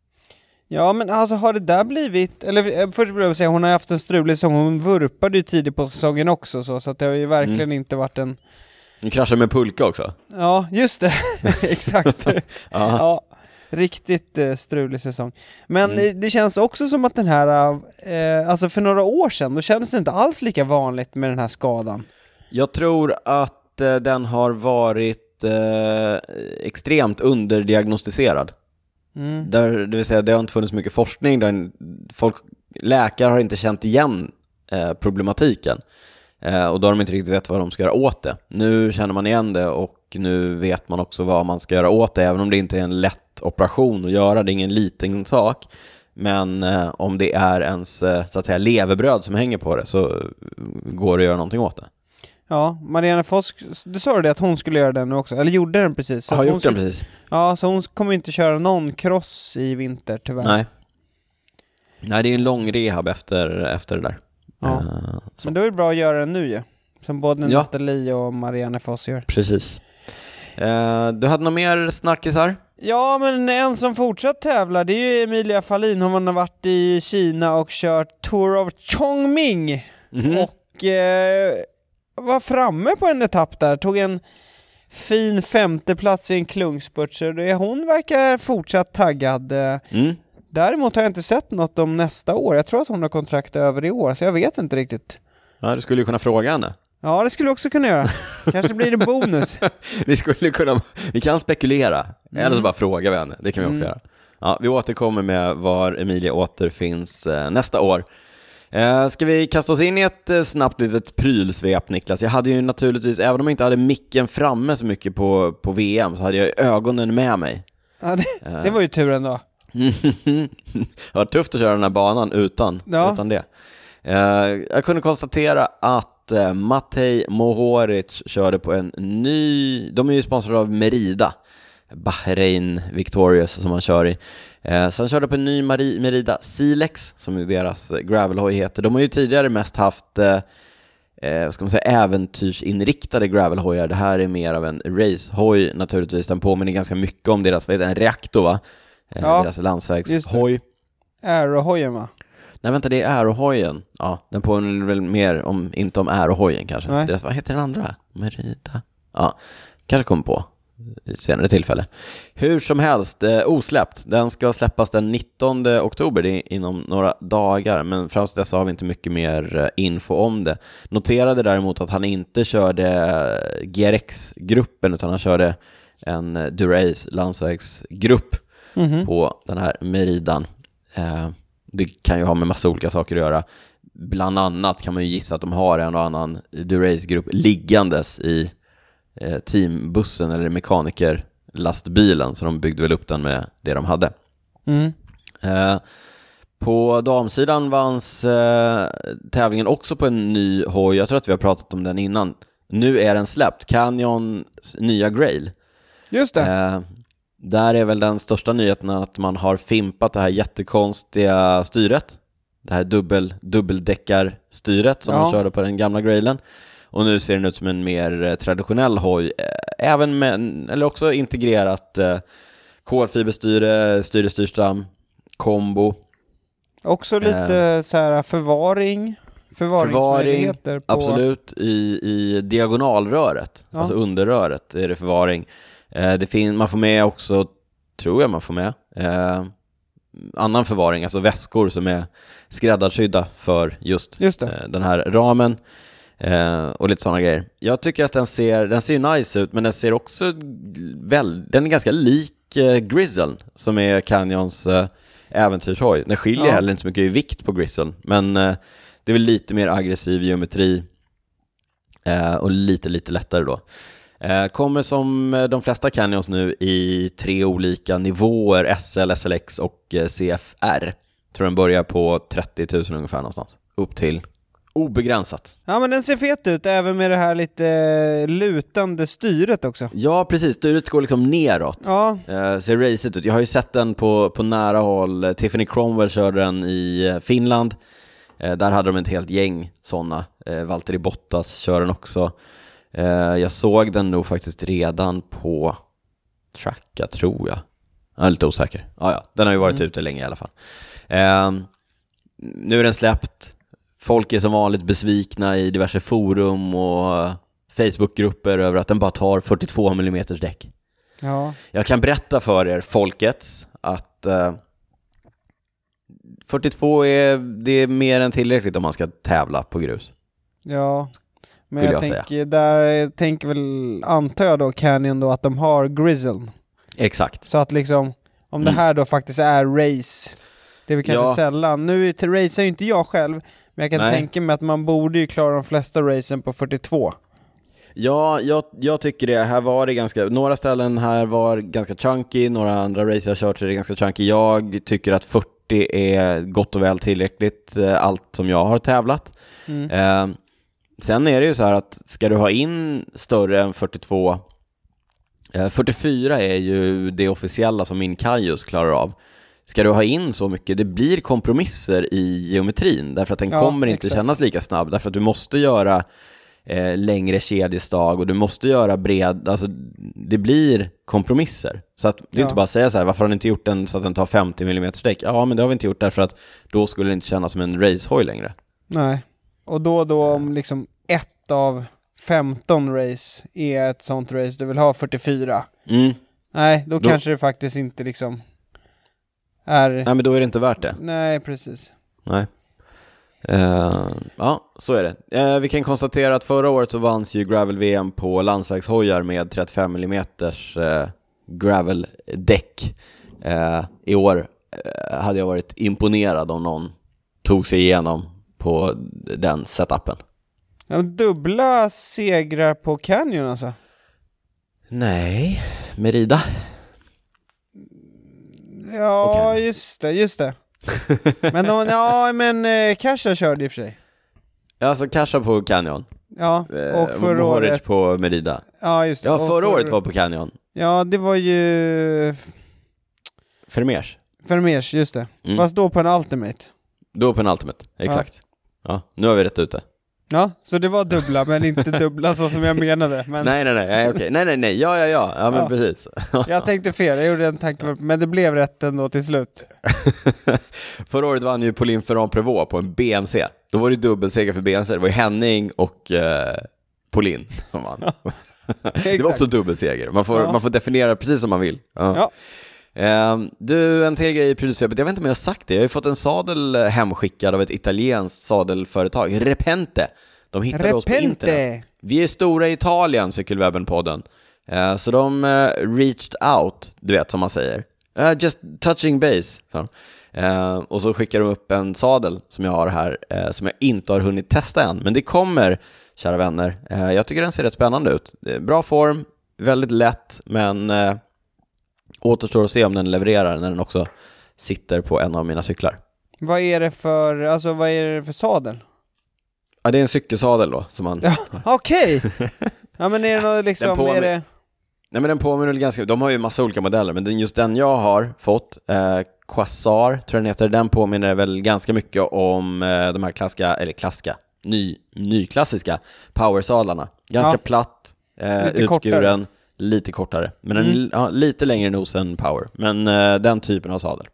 Ja, men alltså har det där blivit, eller först vill jag säga, hon har haft en strulig säsong, hon vurpade ju tidigt på säsongen också, så, så att det har ju verkligen mm. inte varit en... Nu kraschar med pulka också. Ja, just det, exakt. Ja, riktigt eh, strulig säsong. Men mm. det, det känns också som att den här, eh, alltså för några år sedan, då kändes det inte alls lika vanligt med den här skadan. Jag tror att eh, den har varit eh, extremt underdiagnostiserad. Mm. Där, det vill säga, det har inte funnits mycket forskning där folk, läkare har inte känt igen eh, problematiken eh, och då har de inte riktigt vet vad de ska göra åt det. Nu känner man igen det och nu vet man också vad man ska göra åt det, även om det inte är en lätt operation att göra, det är ingen liten sak, men eh, om det är ens eh, så att säga levebröd som hänger på det så går det att göra någonting åt det. Ja, Marianne Foss, du sa det att hon skulle göra den nu också, eller gjorde den precis. Så har gjort den precis. Ja, så hon kommer inte köra någon cross i vinter, tyvärr. Nej. Nej, det är en lång rehab efter, efter det där. Ja. Uh, Men då är det bra att göra den nu ju. Ja. Som både ja. Nathalie och Marianne Foss gör. Precis. Uh, du hade några mer snackisar? Ja, men en som fortsatt tävlar, det är ju Emilia Fahlin. Hon har varit i Kina och kört Tour of Chongming. Mm-hmm. Och... Uh, var framme på en etapp där, tog en fin femte plats i en klungspurt, så det, hon verkar fortsatt taggad. Mm. Däremot har jag inte sett något om nästa år. Jag tror att hon har kontrakt över i år, så jag vet inte riktigt. Ja, du skulle ju kunna fråga henne. Ja, det skulle jag också kunna göra. Kanske blir det bonus. vi skulle kunna, vi kan spekulera, mm. eller så bara fråga vi henne. Det kan vi också mm. göra. Ja, vi återkommer med var Emilia återfinns eh, nästa år. Uh, ska vi kasta oss in i ett uh, snabbt litet prylsvep, Niklas? Jag hade ju naturligtvis, även om jag inte hade micken framme så mycket på, på V M, så hade jag ögonen med mig. Ja, det, uh. det var ju tur ändå. Det var tufft att köra den här banan utan, ja. utan det. Uh, jag kunde konstatera att uh, Matej Mohoric körde på en ny... De är ju sponsrade av Merida. Bahrain Victorious som han kör i. Eh, så han körde på en ny Mari- Merida Silex som ju deras gravelhoj heter. De har ju tidigare mest haft eh, eh, vad ska man säga, äventyrsinriktade gravelhojar. Det här är mer av en racehoj naturligtvis. Den påminner ganska mycket om deras, vad heter det, en reaktor va? Eh, ja, deras landsvägshoj. Aerohojen va? Nej vänta, det är Aerohojen. Ja, den påminner väl mer om, inte om Aerohojen kanske. Deras, vad heter den andra? Merida. Ja, kanske kom på senare tillfälle. Hur som helst, eh, osläppt. Den ska släppas den nittonde oktober, det är inom några dagar, men fram till dess har vi inte mycket mer eh, info om det. Noterade däremot att han inte körde G R X-gruppen utan han körde en eh, Dura-Ace landsvägsgrupp mm-hmm. på den här Meridan. Eh, det kan ju ha med massa olika saker att göra. Bland annat kan man ju gissa att de har en och annan Dura-Ace-grupp liggandes i teambussen eller mekanikerlastbilen, så de byggde väl upp den med det de hade. Mm. Eh, på damsidan vanns eh, tävlingen också på en ny hoj. Jag tror att vi har pratat om den innan. Nu är den släppt. Canyons nya Grail. Just det. Eh, där är väl den största nyheten att man har fimpat det här jättekonstiga styret. Det här dubbel, dubbeldäckarstyret som ja. man körde på den gamla Grailen. Och nu ser den ut som en mer traditionell hoj. Även med, eller också integrerat eh, kolfiberstyre, styresstyrstam, kombo. Också lite eh, så här förvaring. Förvaringsmöjligheter. Förvaring, på... absolut. I, i diagonalröret, ja. alltså underröret är det förvaring. Eh, det fin- man får med också, tror jag man får med, eh, annan förvaring, alltså väskor som är skräddarsydda för just, just eh, den här ramen. Uh, och lite sådana grejer. Jag tycker att den ser, den ser nice ut, men den ser också väl, den är ganska lik uh, Grizzle som är Canyons uh, äventyrshoj. Den skiljer ja. heller inte så mycket i vikt på Grizzle, men uh, det är väl lite mer aggressiv geometri uh, och lite lite lättare då. Uh, kommer som de flesta Canyons nu i tre olika nivåer, S L, S L X och uh, C F R. Tror den börjar på trettio tusen ungefär någonstans. Upp till obegränsat. Ja, men den ser fet ut även med det här lite lutande styret också. Ja, precis. Styret går liksom neråt. Ja. Uh, ser racet ut. Jag har ju sett den på, på nära håll. Tiffany Cromwell körde den i Finland. Eh, där hade de ett helt gäng sådana. Eh, Valtteri Bottas kör den också. Eh, jag såg den nog faktiskt redan på Tracka, tror jag. Jag är lite osäker. Ja, ja. Den har ju varit mm. ute länge i alla fall. Eh, nu är den släppt. Folk är som vanligt besvikna i diverse forum och Facebookgrupper över att den bara tar fyrtiotvå millimeter däck. Ja. Jag kan berätta för er, folkets, att eh, fyrtiotvå är, det är mer än tillräckligt om man ska tävla på grus. Ja, men jag, jag tänker, säga. där tänker väl, antar jag då, Canyon då, att de har grizzle. Exakt. Så att liksom, om mm. det här då faktiskt är race, det är väl kanske ja. sällan. Nu till race är ju inte jag själv, men jag kan Nej. tänka mig att man borde ju klara de flesta racen på fyrtiotvå. Ja, jag, jag tycker det. Här var det ganska, några ställen här var ganska chunky, några andra race jag kört är det ganska chunky. Jag tycker att fyrtio är gott och väl tillräckligt, allt som jag har tävlat. Mm. Eh, sen är det ju så här att ska du ha in större än fyrtiotvå, eh, fyrtiofyra är ju det officiella som min Kaios klarar av. Ska du ha in så mycket, det blir kompromisser i geometrin, därför att den ja, kommer inte exakt. kännas lika snabb, därför att du måste göra Eh, längre kedjestag och du måste göra bred, alltså det blir kompromisser. Så att det är ja. inte bara att säga så här, varför har ni inte gjort den så att den tar femtio millimeter däck? Ja, men det har vi inte gjort därför att då skulle det inte kännas som en racehoj längre. Nej, och då då om liksom ett av femton race är ett sånt race du vill ha fyrtiofyra. Mm. Nej, då, då kanske det faktiskt inte liksom är... Nej, men då är det inte värt det. Nej, precis. Nej. Uh, ja, så är det. Uh, vi kan konstatera att förra året så vanns ju Gravel-V M på landsvägshojar med trettiofem millimeter uh, gravel-däck. Uh, I år uh, hade jag varit imponerad om någon tog sig igenom på den setupen. Ja, dubbla segrar på Canyon alltså? Nej, Merida. Ja, just det, just det. men de, ja, men eh, Kasha körde i och för sig. Ja, alltså Kasha på Canyon. Ja, och eh, förra och året på Merida. Ja, just det. Ja, förra för... året var på Canyon. Ja, det var ju Vermeers. Vermeers, just det. Mm. Fast då på en Ultimate. Då på en Ultimate, exakt. Ja, ja, nu har vi rätt ute. Ja, så det var dubbla, men inte dubbla så som jag menade. Men... Nej, nej, nej, nej, okej. Nej, nej, nej, ja, ja, ja, ja, men ja. precis. Jag tänkte fel, jag gjorde en tanke, men det blev rätt ändå till slut. Förra året vann ju Pauline Ferrand-Prévot på en B M C. Då var det dubbelseger för B M C, det var ju Henning och eh, Pauline som vann. Det var också dubbelseger, man får, ja. man får definiera precis som man vill. Ja. Ja. Uh, du, en till grej i Prydelsfebet. Jag vet inte om jag har sagt det. Jag har ju fått en sadel hemskickad av ett italienskt sadelföretag, Repente. De hittade Repente. oss på internet. Vi är stora i Italien, Cykelwebben-podden. uh, Så de uh, reached out, du vet som man säger, uh, just touching base. Så. Uh, och så skickar de upp en sadel som jag har här, uh, som jag inte har hunnit testa än. Men det kommer, kära vänner. uh, Jag tycker den ser rätt spännande ut. Det är bra form, väldigt lätt, men uh, återstår att se om den levererar när den också sitter på en av mina cyklar. Vad är det för, alltså vad är det för sadel? Ja, det är en cykelsadel då som man. Ja, okej. Okay. Ja, men är det något liksom påmin- är det... Nej, men den påminner ganska, de har ju massa olika modeller, men den, just den jag har fått, eh, Quasar tror jag den heter, den påminner väl ganska mycket om eh, de här klassiska, eller klassiska, ny, nyklassiska powersadlarna. Ganska ja. platt, eh, utskuren. Kortare. Lite kortare, men mm. en, ja, lite längre nos än power. Men uh, den typen av sadel.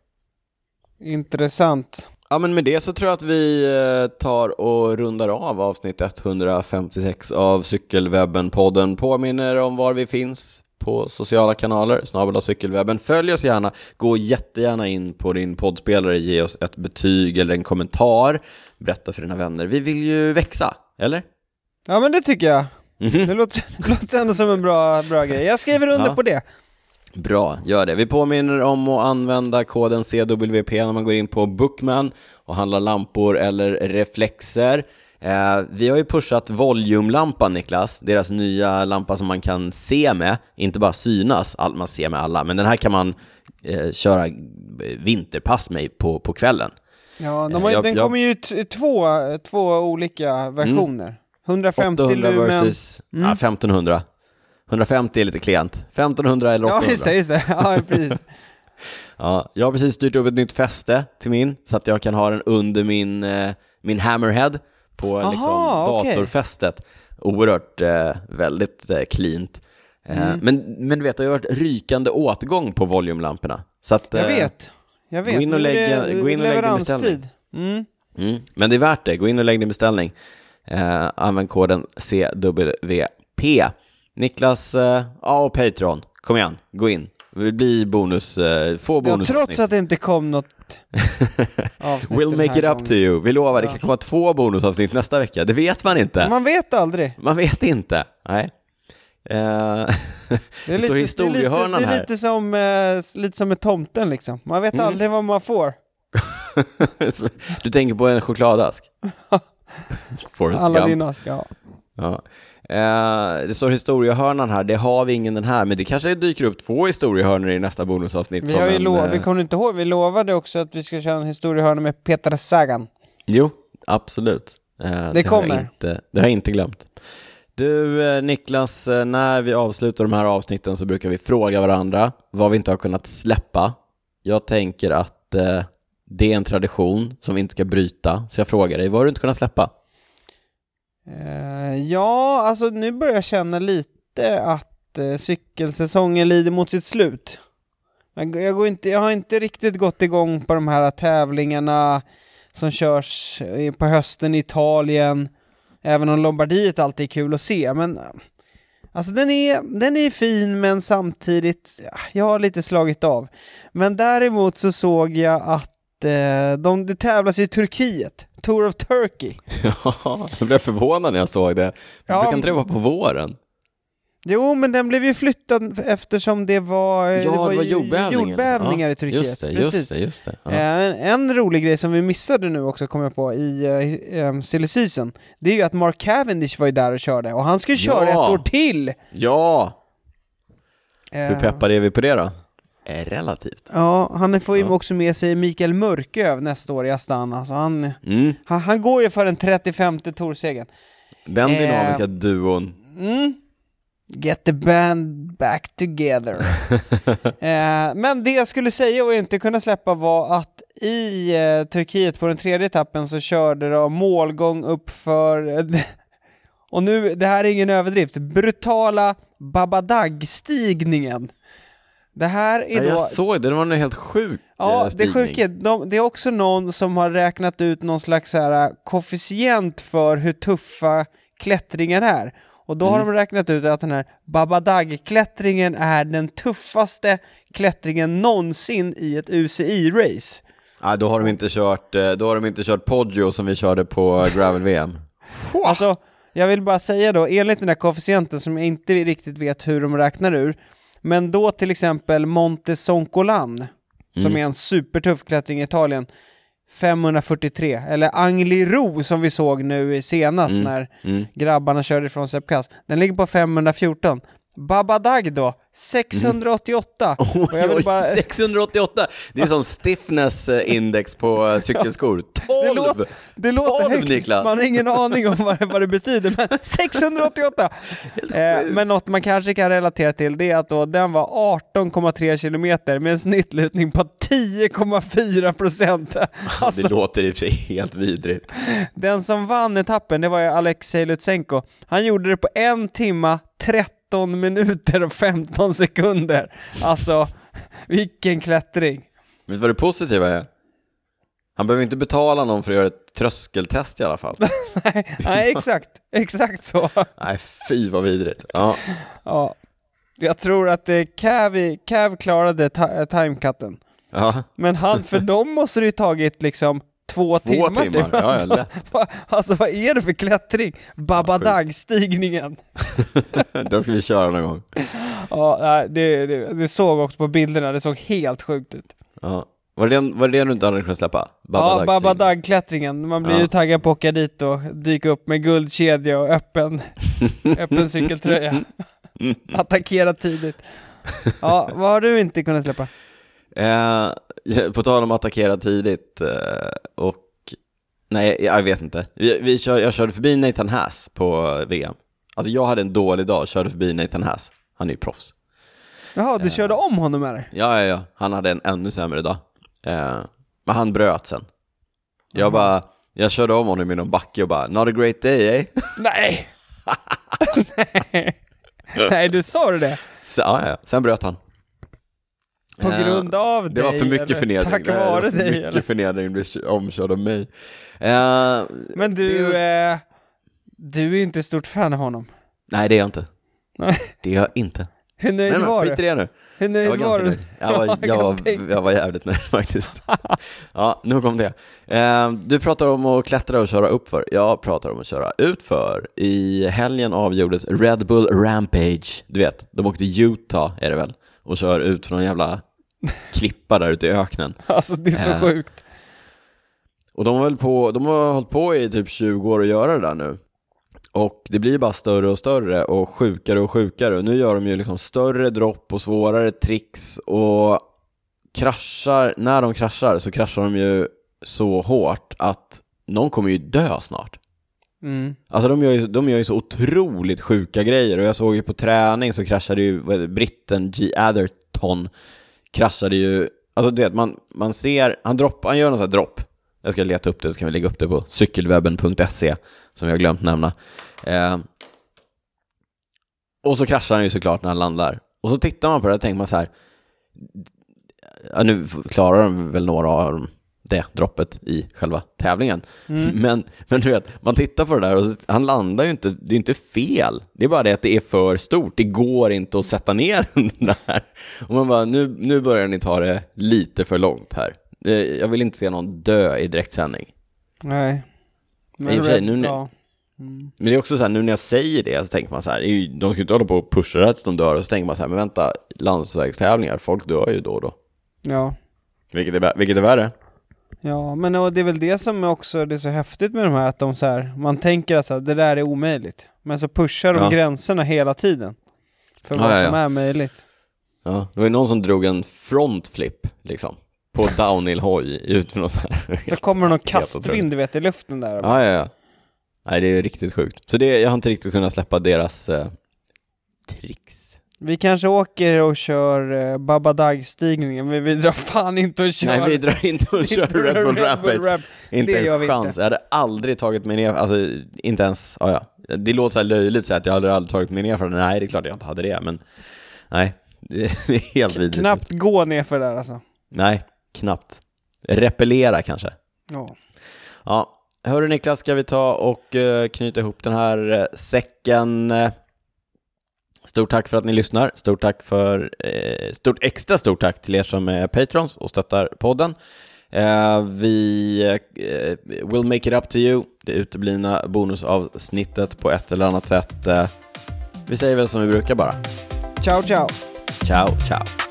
Intressant. Ja, men med det så tror jag att vi uh, tar och rundar av avsnitt etthundrafemtiosex av Cykelwebben-podden. Påminner om var vi finns på sociala kanaler, snabel av Cykelwebben. Följ oss gärna, gå jättegärna in på din poddspelare, ge oss ett betyg eller en kommentar. Berätta för dina vänner. Vi vill ju växa, eller? Ja, men det tycker jag. Mm-hmm. Det låter, det låter ändå som en bra, bra grej. Jag skriver under ja. på det. Bra, gör det. Vi påminner om att använda koden C W P när man går in på Bookman och handlar lampor eller reflexer. Eh, vi har ju pushat Volume-lampan, Niklas. Deras nya lampa som man kan se med. Inte bara synas, allt man ser med alla. Men den här kan man eh, köra vinterpass med på, på kvällen. Ja, de har, eh, jag, den jag... kommer ju t- två, två olika versioner. Mm. hundrafemtio åttahundra lumen versus mm. ja, femtonhundra. hundrafemtio är lite klent. femtonhundra eller åttahundra. Ja, just det, just det. Ja, precis. Ja, jag har precis styrt upp ett nytt fäste till min så att jag kan ha den under min eh, min Hammerhead på Aha, liksom okay. datorfästet. Oerhört, eh, väldigt eh, cleant. Eh, Mm. men, men du vet, det har varit rykande åtgång på volymlamporna. Så att, Jag eh, vet, jag vet. Gå in och lägg, det, gå in och lägg din beställning. Mm. Mm. Men det är värt det, gå in och lägg din beställning. Eh, använd koden C W P. Niklas, eh, ja, och Patreon, kom igen, gå in. Vi blir bonus, eh, få bonus. Ja, trots att det inte kom något avsnitt. We'll make it up to you. Vi lovar, ja. Det kan komma två bonusavsnitt nästa vecka. Det vet man inte. Man vet aldrig. Man vet inte. Nej. Uh, det, det är står lite, historiehörnan det är lite, här. Det är lite som, eh, lite som med tomten liksom. Man vet Mm. aldrig vad man får. Du tänker på en chokladask? Alla dina ska ha. Ja. Uh, det står historiehörnan här. Det har vi ingen den här. Men det kanske dyker upp två historiehörnor i nästa bonusavsnitt. Vi, har ju en, lov- uh... vi kommer inte ihåg. Vi lovade också att vi ska köra en historiehörna med Peter Sagan. Jo, absolut. Uh, det, det kommer. Har jag inte, det har jag inte glömt. Du eh, Niklas, eh, när vi avslutar de här avsnitten så brukar vi fråga varandra vad vi inte har kunnat släppa. Jag tänker att eh, det är en tradition som vi inte ska bryta. Så jag frågar dig, vad har du inte kunnat släppa? Uh, ja, alltså nu börjar jag känna lite att uh, cykelsäsongen lider mot sitt slut. Jag, jag, går inte, jag har inte riktigt gått igång på de här tävlingarna som körs på hösten i Italien. Även om Lombardiet alltid är kul att se. Men alltså den är, den är fin, men samtidigt ja, jag har lite slagit av. Men däremot så såg jag att eh, de, det tävlas i Turkiet. Tour of Turkey. Ja, jag blev förvånad när jag såg det. Ja, brukar inte det vara på våren? Jo, men den blev ju flyttad eftersom det var, ja, det var, det var jordbävningar, jordbävningar ja, i Turkiet. Just det, Precis. just det, just det. Ja. En, en rolig grej som vi missade nu också, kom jag på, i uh, um, silly season, det är ju att Mark Cavendish var ju där och körde. Och han ska ju köra Ja. ett år till! Ja! Uh, Hur peppar är vi på det då? Är relativt. Ja, han får ju Ja. också med sig Mikael Mörköv nästa år i Astana. Så han, Mm. han, han går ju för den trettiofemte torsegern. Den Eh. dynamiska duon. Mm. Get the band back together. eh, men det jag skulle säga och inte kunna släppa var att i eh, Turkiet på den tredje etappen så körde de målgång upp för och nu, det här är ingen överdrift, brutala Babadag-stigningen. Det här är Ja, då... jag såg det, det var en helt sjuk Ja, eh, det stigning. sjuka, de, det är också någon som har räknat ut någon slags så här koefficient för hur tuffa klättringen är. Och då Mm. har de räknat ut att den här Babadag-klättringen är den tuffaste klättringen någonsin i ett U C I-race. Ja, då har de inte kört, eh, då har de inte kört Poggio som vi körde på Gravel-V M. Alltså, jag vill bara säga då, enligt den här koefficienten som jag inte riktigt vet hur de räknar ur, men då till exempel Monte Soncolan, som Mm. är en supertuff klättring i Italien, femhundrafyrtiotre, eller Angliru som vi såg nu senast Mm. när Mm. grabbarna körde från Sepp Kuss, den ligger på femhundrafjorton. Babadag då, sexhundraåttioåtta. Oj, Och jag vill oj, bara... sexhundraåttioåtta! Det är som stiffness index på eh, cykelskor. Det, tolv! låter, det låter tolv, högt, Niklas. man har ingen aning om vad det, vad det betyder, men sexhundraåttioåtta! eh, men något man kanske kan relatera till, det är att då, den var arton komma tre kilometer med en snittlutning på tio komma fyra procent. Alltså, Det låter i och för sig helt vidrigt. den som vann etappen, det var ju Alexej Lutsenko. Han gjorde det på en timma, tretton minuter och femton sekunder. Alltså, vilken klättring. Vet du vad det positiva är? Han behöver inte betala någon för att göra ett tröskeltest i alla fall. nej, nej, exakt. Exakt så. Nej, fy vad vidrigt. Ja. Ja. Jag tror att eh, Cav, Cav klarade ta- timecutten. Ja. Men han, för dem måste det ju tagit liksom två, Två timmar. timmar, typ. ja, ja, alltså, lätt. va, alltså vad är det för klättring? Babadag-stigningen. Den ska vi köra någon gång. Ja, nej, det, det, det såg också på bilderna, det såg helt sjukt ut. Ja. Var det det, var det det du inte hade kunnat släppa? Ja, Babadag-klättringen. Man blir Ja. ju taggad på att åka dit och dyka upp med guldkedja och öppen, öppen cykeltröja. Attackera tidigt. Ja, vad har du inte kunnat släppa? Eh, på tal om att attackera tidigt eh, och nej, jag vet inte. Vi, vi kör, jag körde förbi Nathan Haas på V M. Alltså jag hade en dålig dag, körde förbi Nathan Haas. Han är ju proffs. Jaha, du körde om honom eller? Ja, ja, ja. Han hade en ännu sämre dag. Eh, men han bröt sen. Jag Aha. bara, Jag körde om honom i någon backe och bara, not a great day, eh? Nej! Nej. Nej, du sa det. Så, ja, ja. Sen bröt han. På grund av det dig? Det var för mycket eller? förnedring. Tack vare Nej, det var för dig, mycket eller? förnedring blev omkörd av mig. Uh, Men du, det... eh, du är inte stort fan av honom. Nej, det är jag inte. Nej. Det är jag inte. Hur nöjd men, var men, du? det nu. Hur nöjd jag var, var du? Nöjd. Jag var, jag, var, jag var jävligt nöjd faktiskt. Ja, nu kom det. Uh, du pratar om att klättra och köra uppför. Jag pratar om att köra utför. I helgen avgjordes Red Bull Rampage. Du vet, de åkte till Utah är det väl. Och kör ut från en jävla klippa där ute i öknen. Alltså det är så uh, sjukt. Och de har, väl på, de har hållit på i typ tjugo år att göra det där nu. Och det blir bara större och större och sjukare och sjukare. Och nu gör de ju liksom större dropp och svårare tricks. Och kraschar, när de kraschar så kraschar de ju så hårt att någon kommer ju dö snart. Mm. Alltså de gör, ju, de gör ju så otroligt sjuka grejer. Och jag såg ju på träning så kraschade ju britten G. Atherton. Kraschade ju, alltså du vet, man, man ser, han, dropp, han gör någon sån här dropp. Jag ska leta upp det så kan vi lägga upp det på cykelwebben punkt se som jag har glömt nämna. Eh, och så kraschar han ju såklart när han landar. Och så tittar man på det och tänker man så här, ja, nu klarar de väl några av dem det droppet i själva tävlingen. Mm. Men, men du vet, man tittar på det där och han landar ju inte, det är inte fel. Det är bara det att det är för stort. Det går inte att sätta ner den där. Och man bara, nu, nu börjar ni ta det lite för långt här. Jag vill inte se någon dö i direktsändning. Nej. Men, I och för sig, nu, ja. mm. men det är också så här, nu när jag säger det så tänker man så här, de ska inte hålla på och pusha det att de dör. Och så tänker man så här, men vänta, landsvägstävlingar, folk dör ju då och då. Ja. Vilket är, vilket är värre? Ja, men och det är väl det som också det är så häftigt med de här, att de så här, man tänker att alltså, det där är omöjligt. Men så pushar de ja. gränserna hela tiden. För ja, vad ja, som ja. är möjligt. Ja, det var ju någon som drog en frontflip liksom. På downhill-hoj ut för något så här. Så kommer det någon kastvind, du vet, i luften där. Ja, ja, ja. Nej, det är riktigt sjukt. Så det, jag har inte riktigt kunnat släppa deras eh, tricks. Vi kanske åker och kör eh, Babadag-stigningen, men vi drar fan inte och kör. Nej, vi drar inte och kör Red Bull Rampage. Ramp. Inte det en chans. Inte. Jag hade aldrig tagit mig ner, alltså inte ens, ja ja. Det låter så här löjligt så att jag hade aldrig tagit mig ner för det. Nej, det är klart jag inte hade det, men nej, det är helt vidrigt. Knappt gå ner för det där alltså. Nej, knappt. Repellera kanske. Ja. Ja. Hörru Niklas, ska vi ta och uh, knyta ihop den här uh, säcken. Stort tack för att ni lyssnar. Stort tack för uh, stort extra stort tack till er som är patrons och stöttar podden. Uh, vi uh, will make it up to you. Det uteblivna bonusavsnittet på ett eller annat sätt. Uh, vi säger väl som vi brukar bara. Ciao, ciao. Ciao, ciao.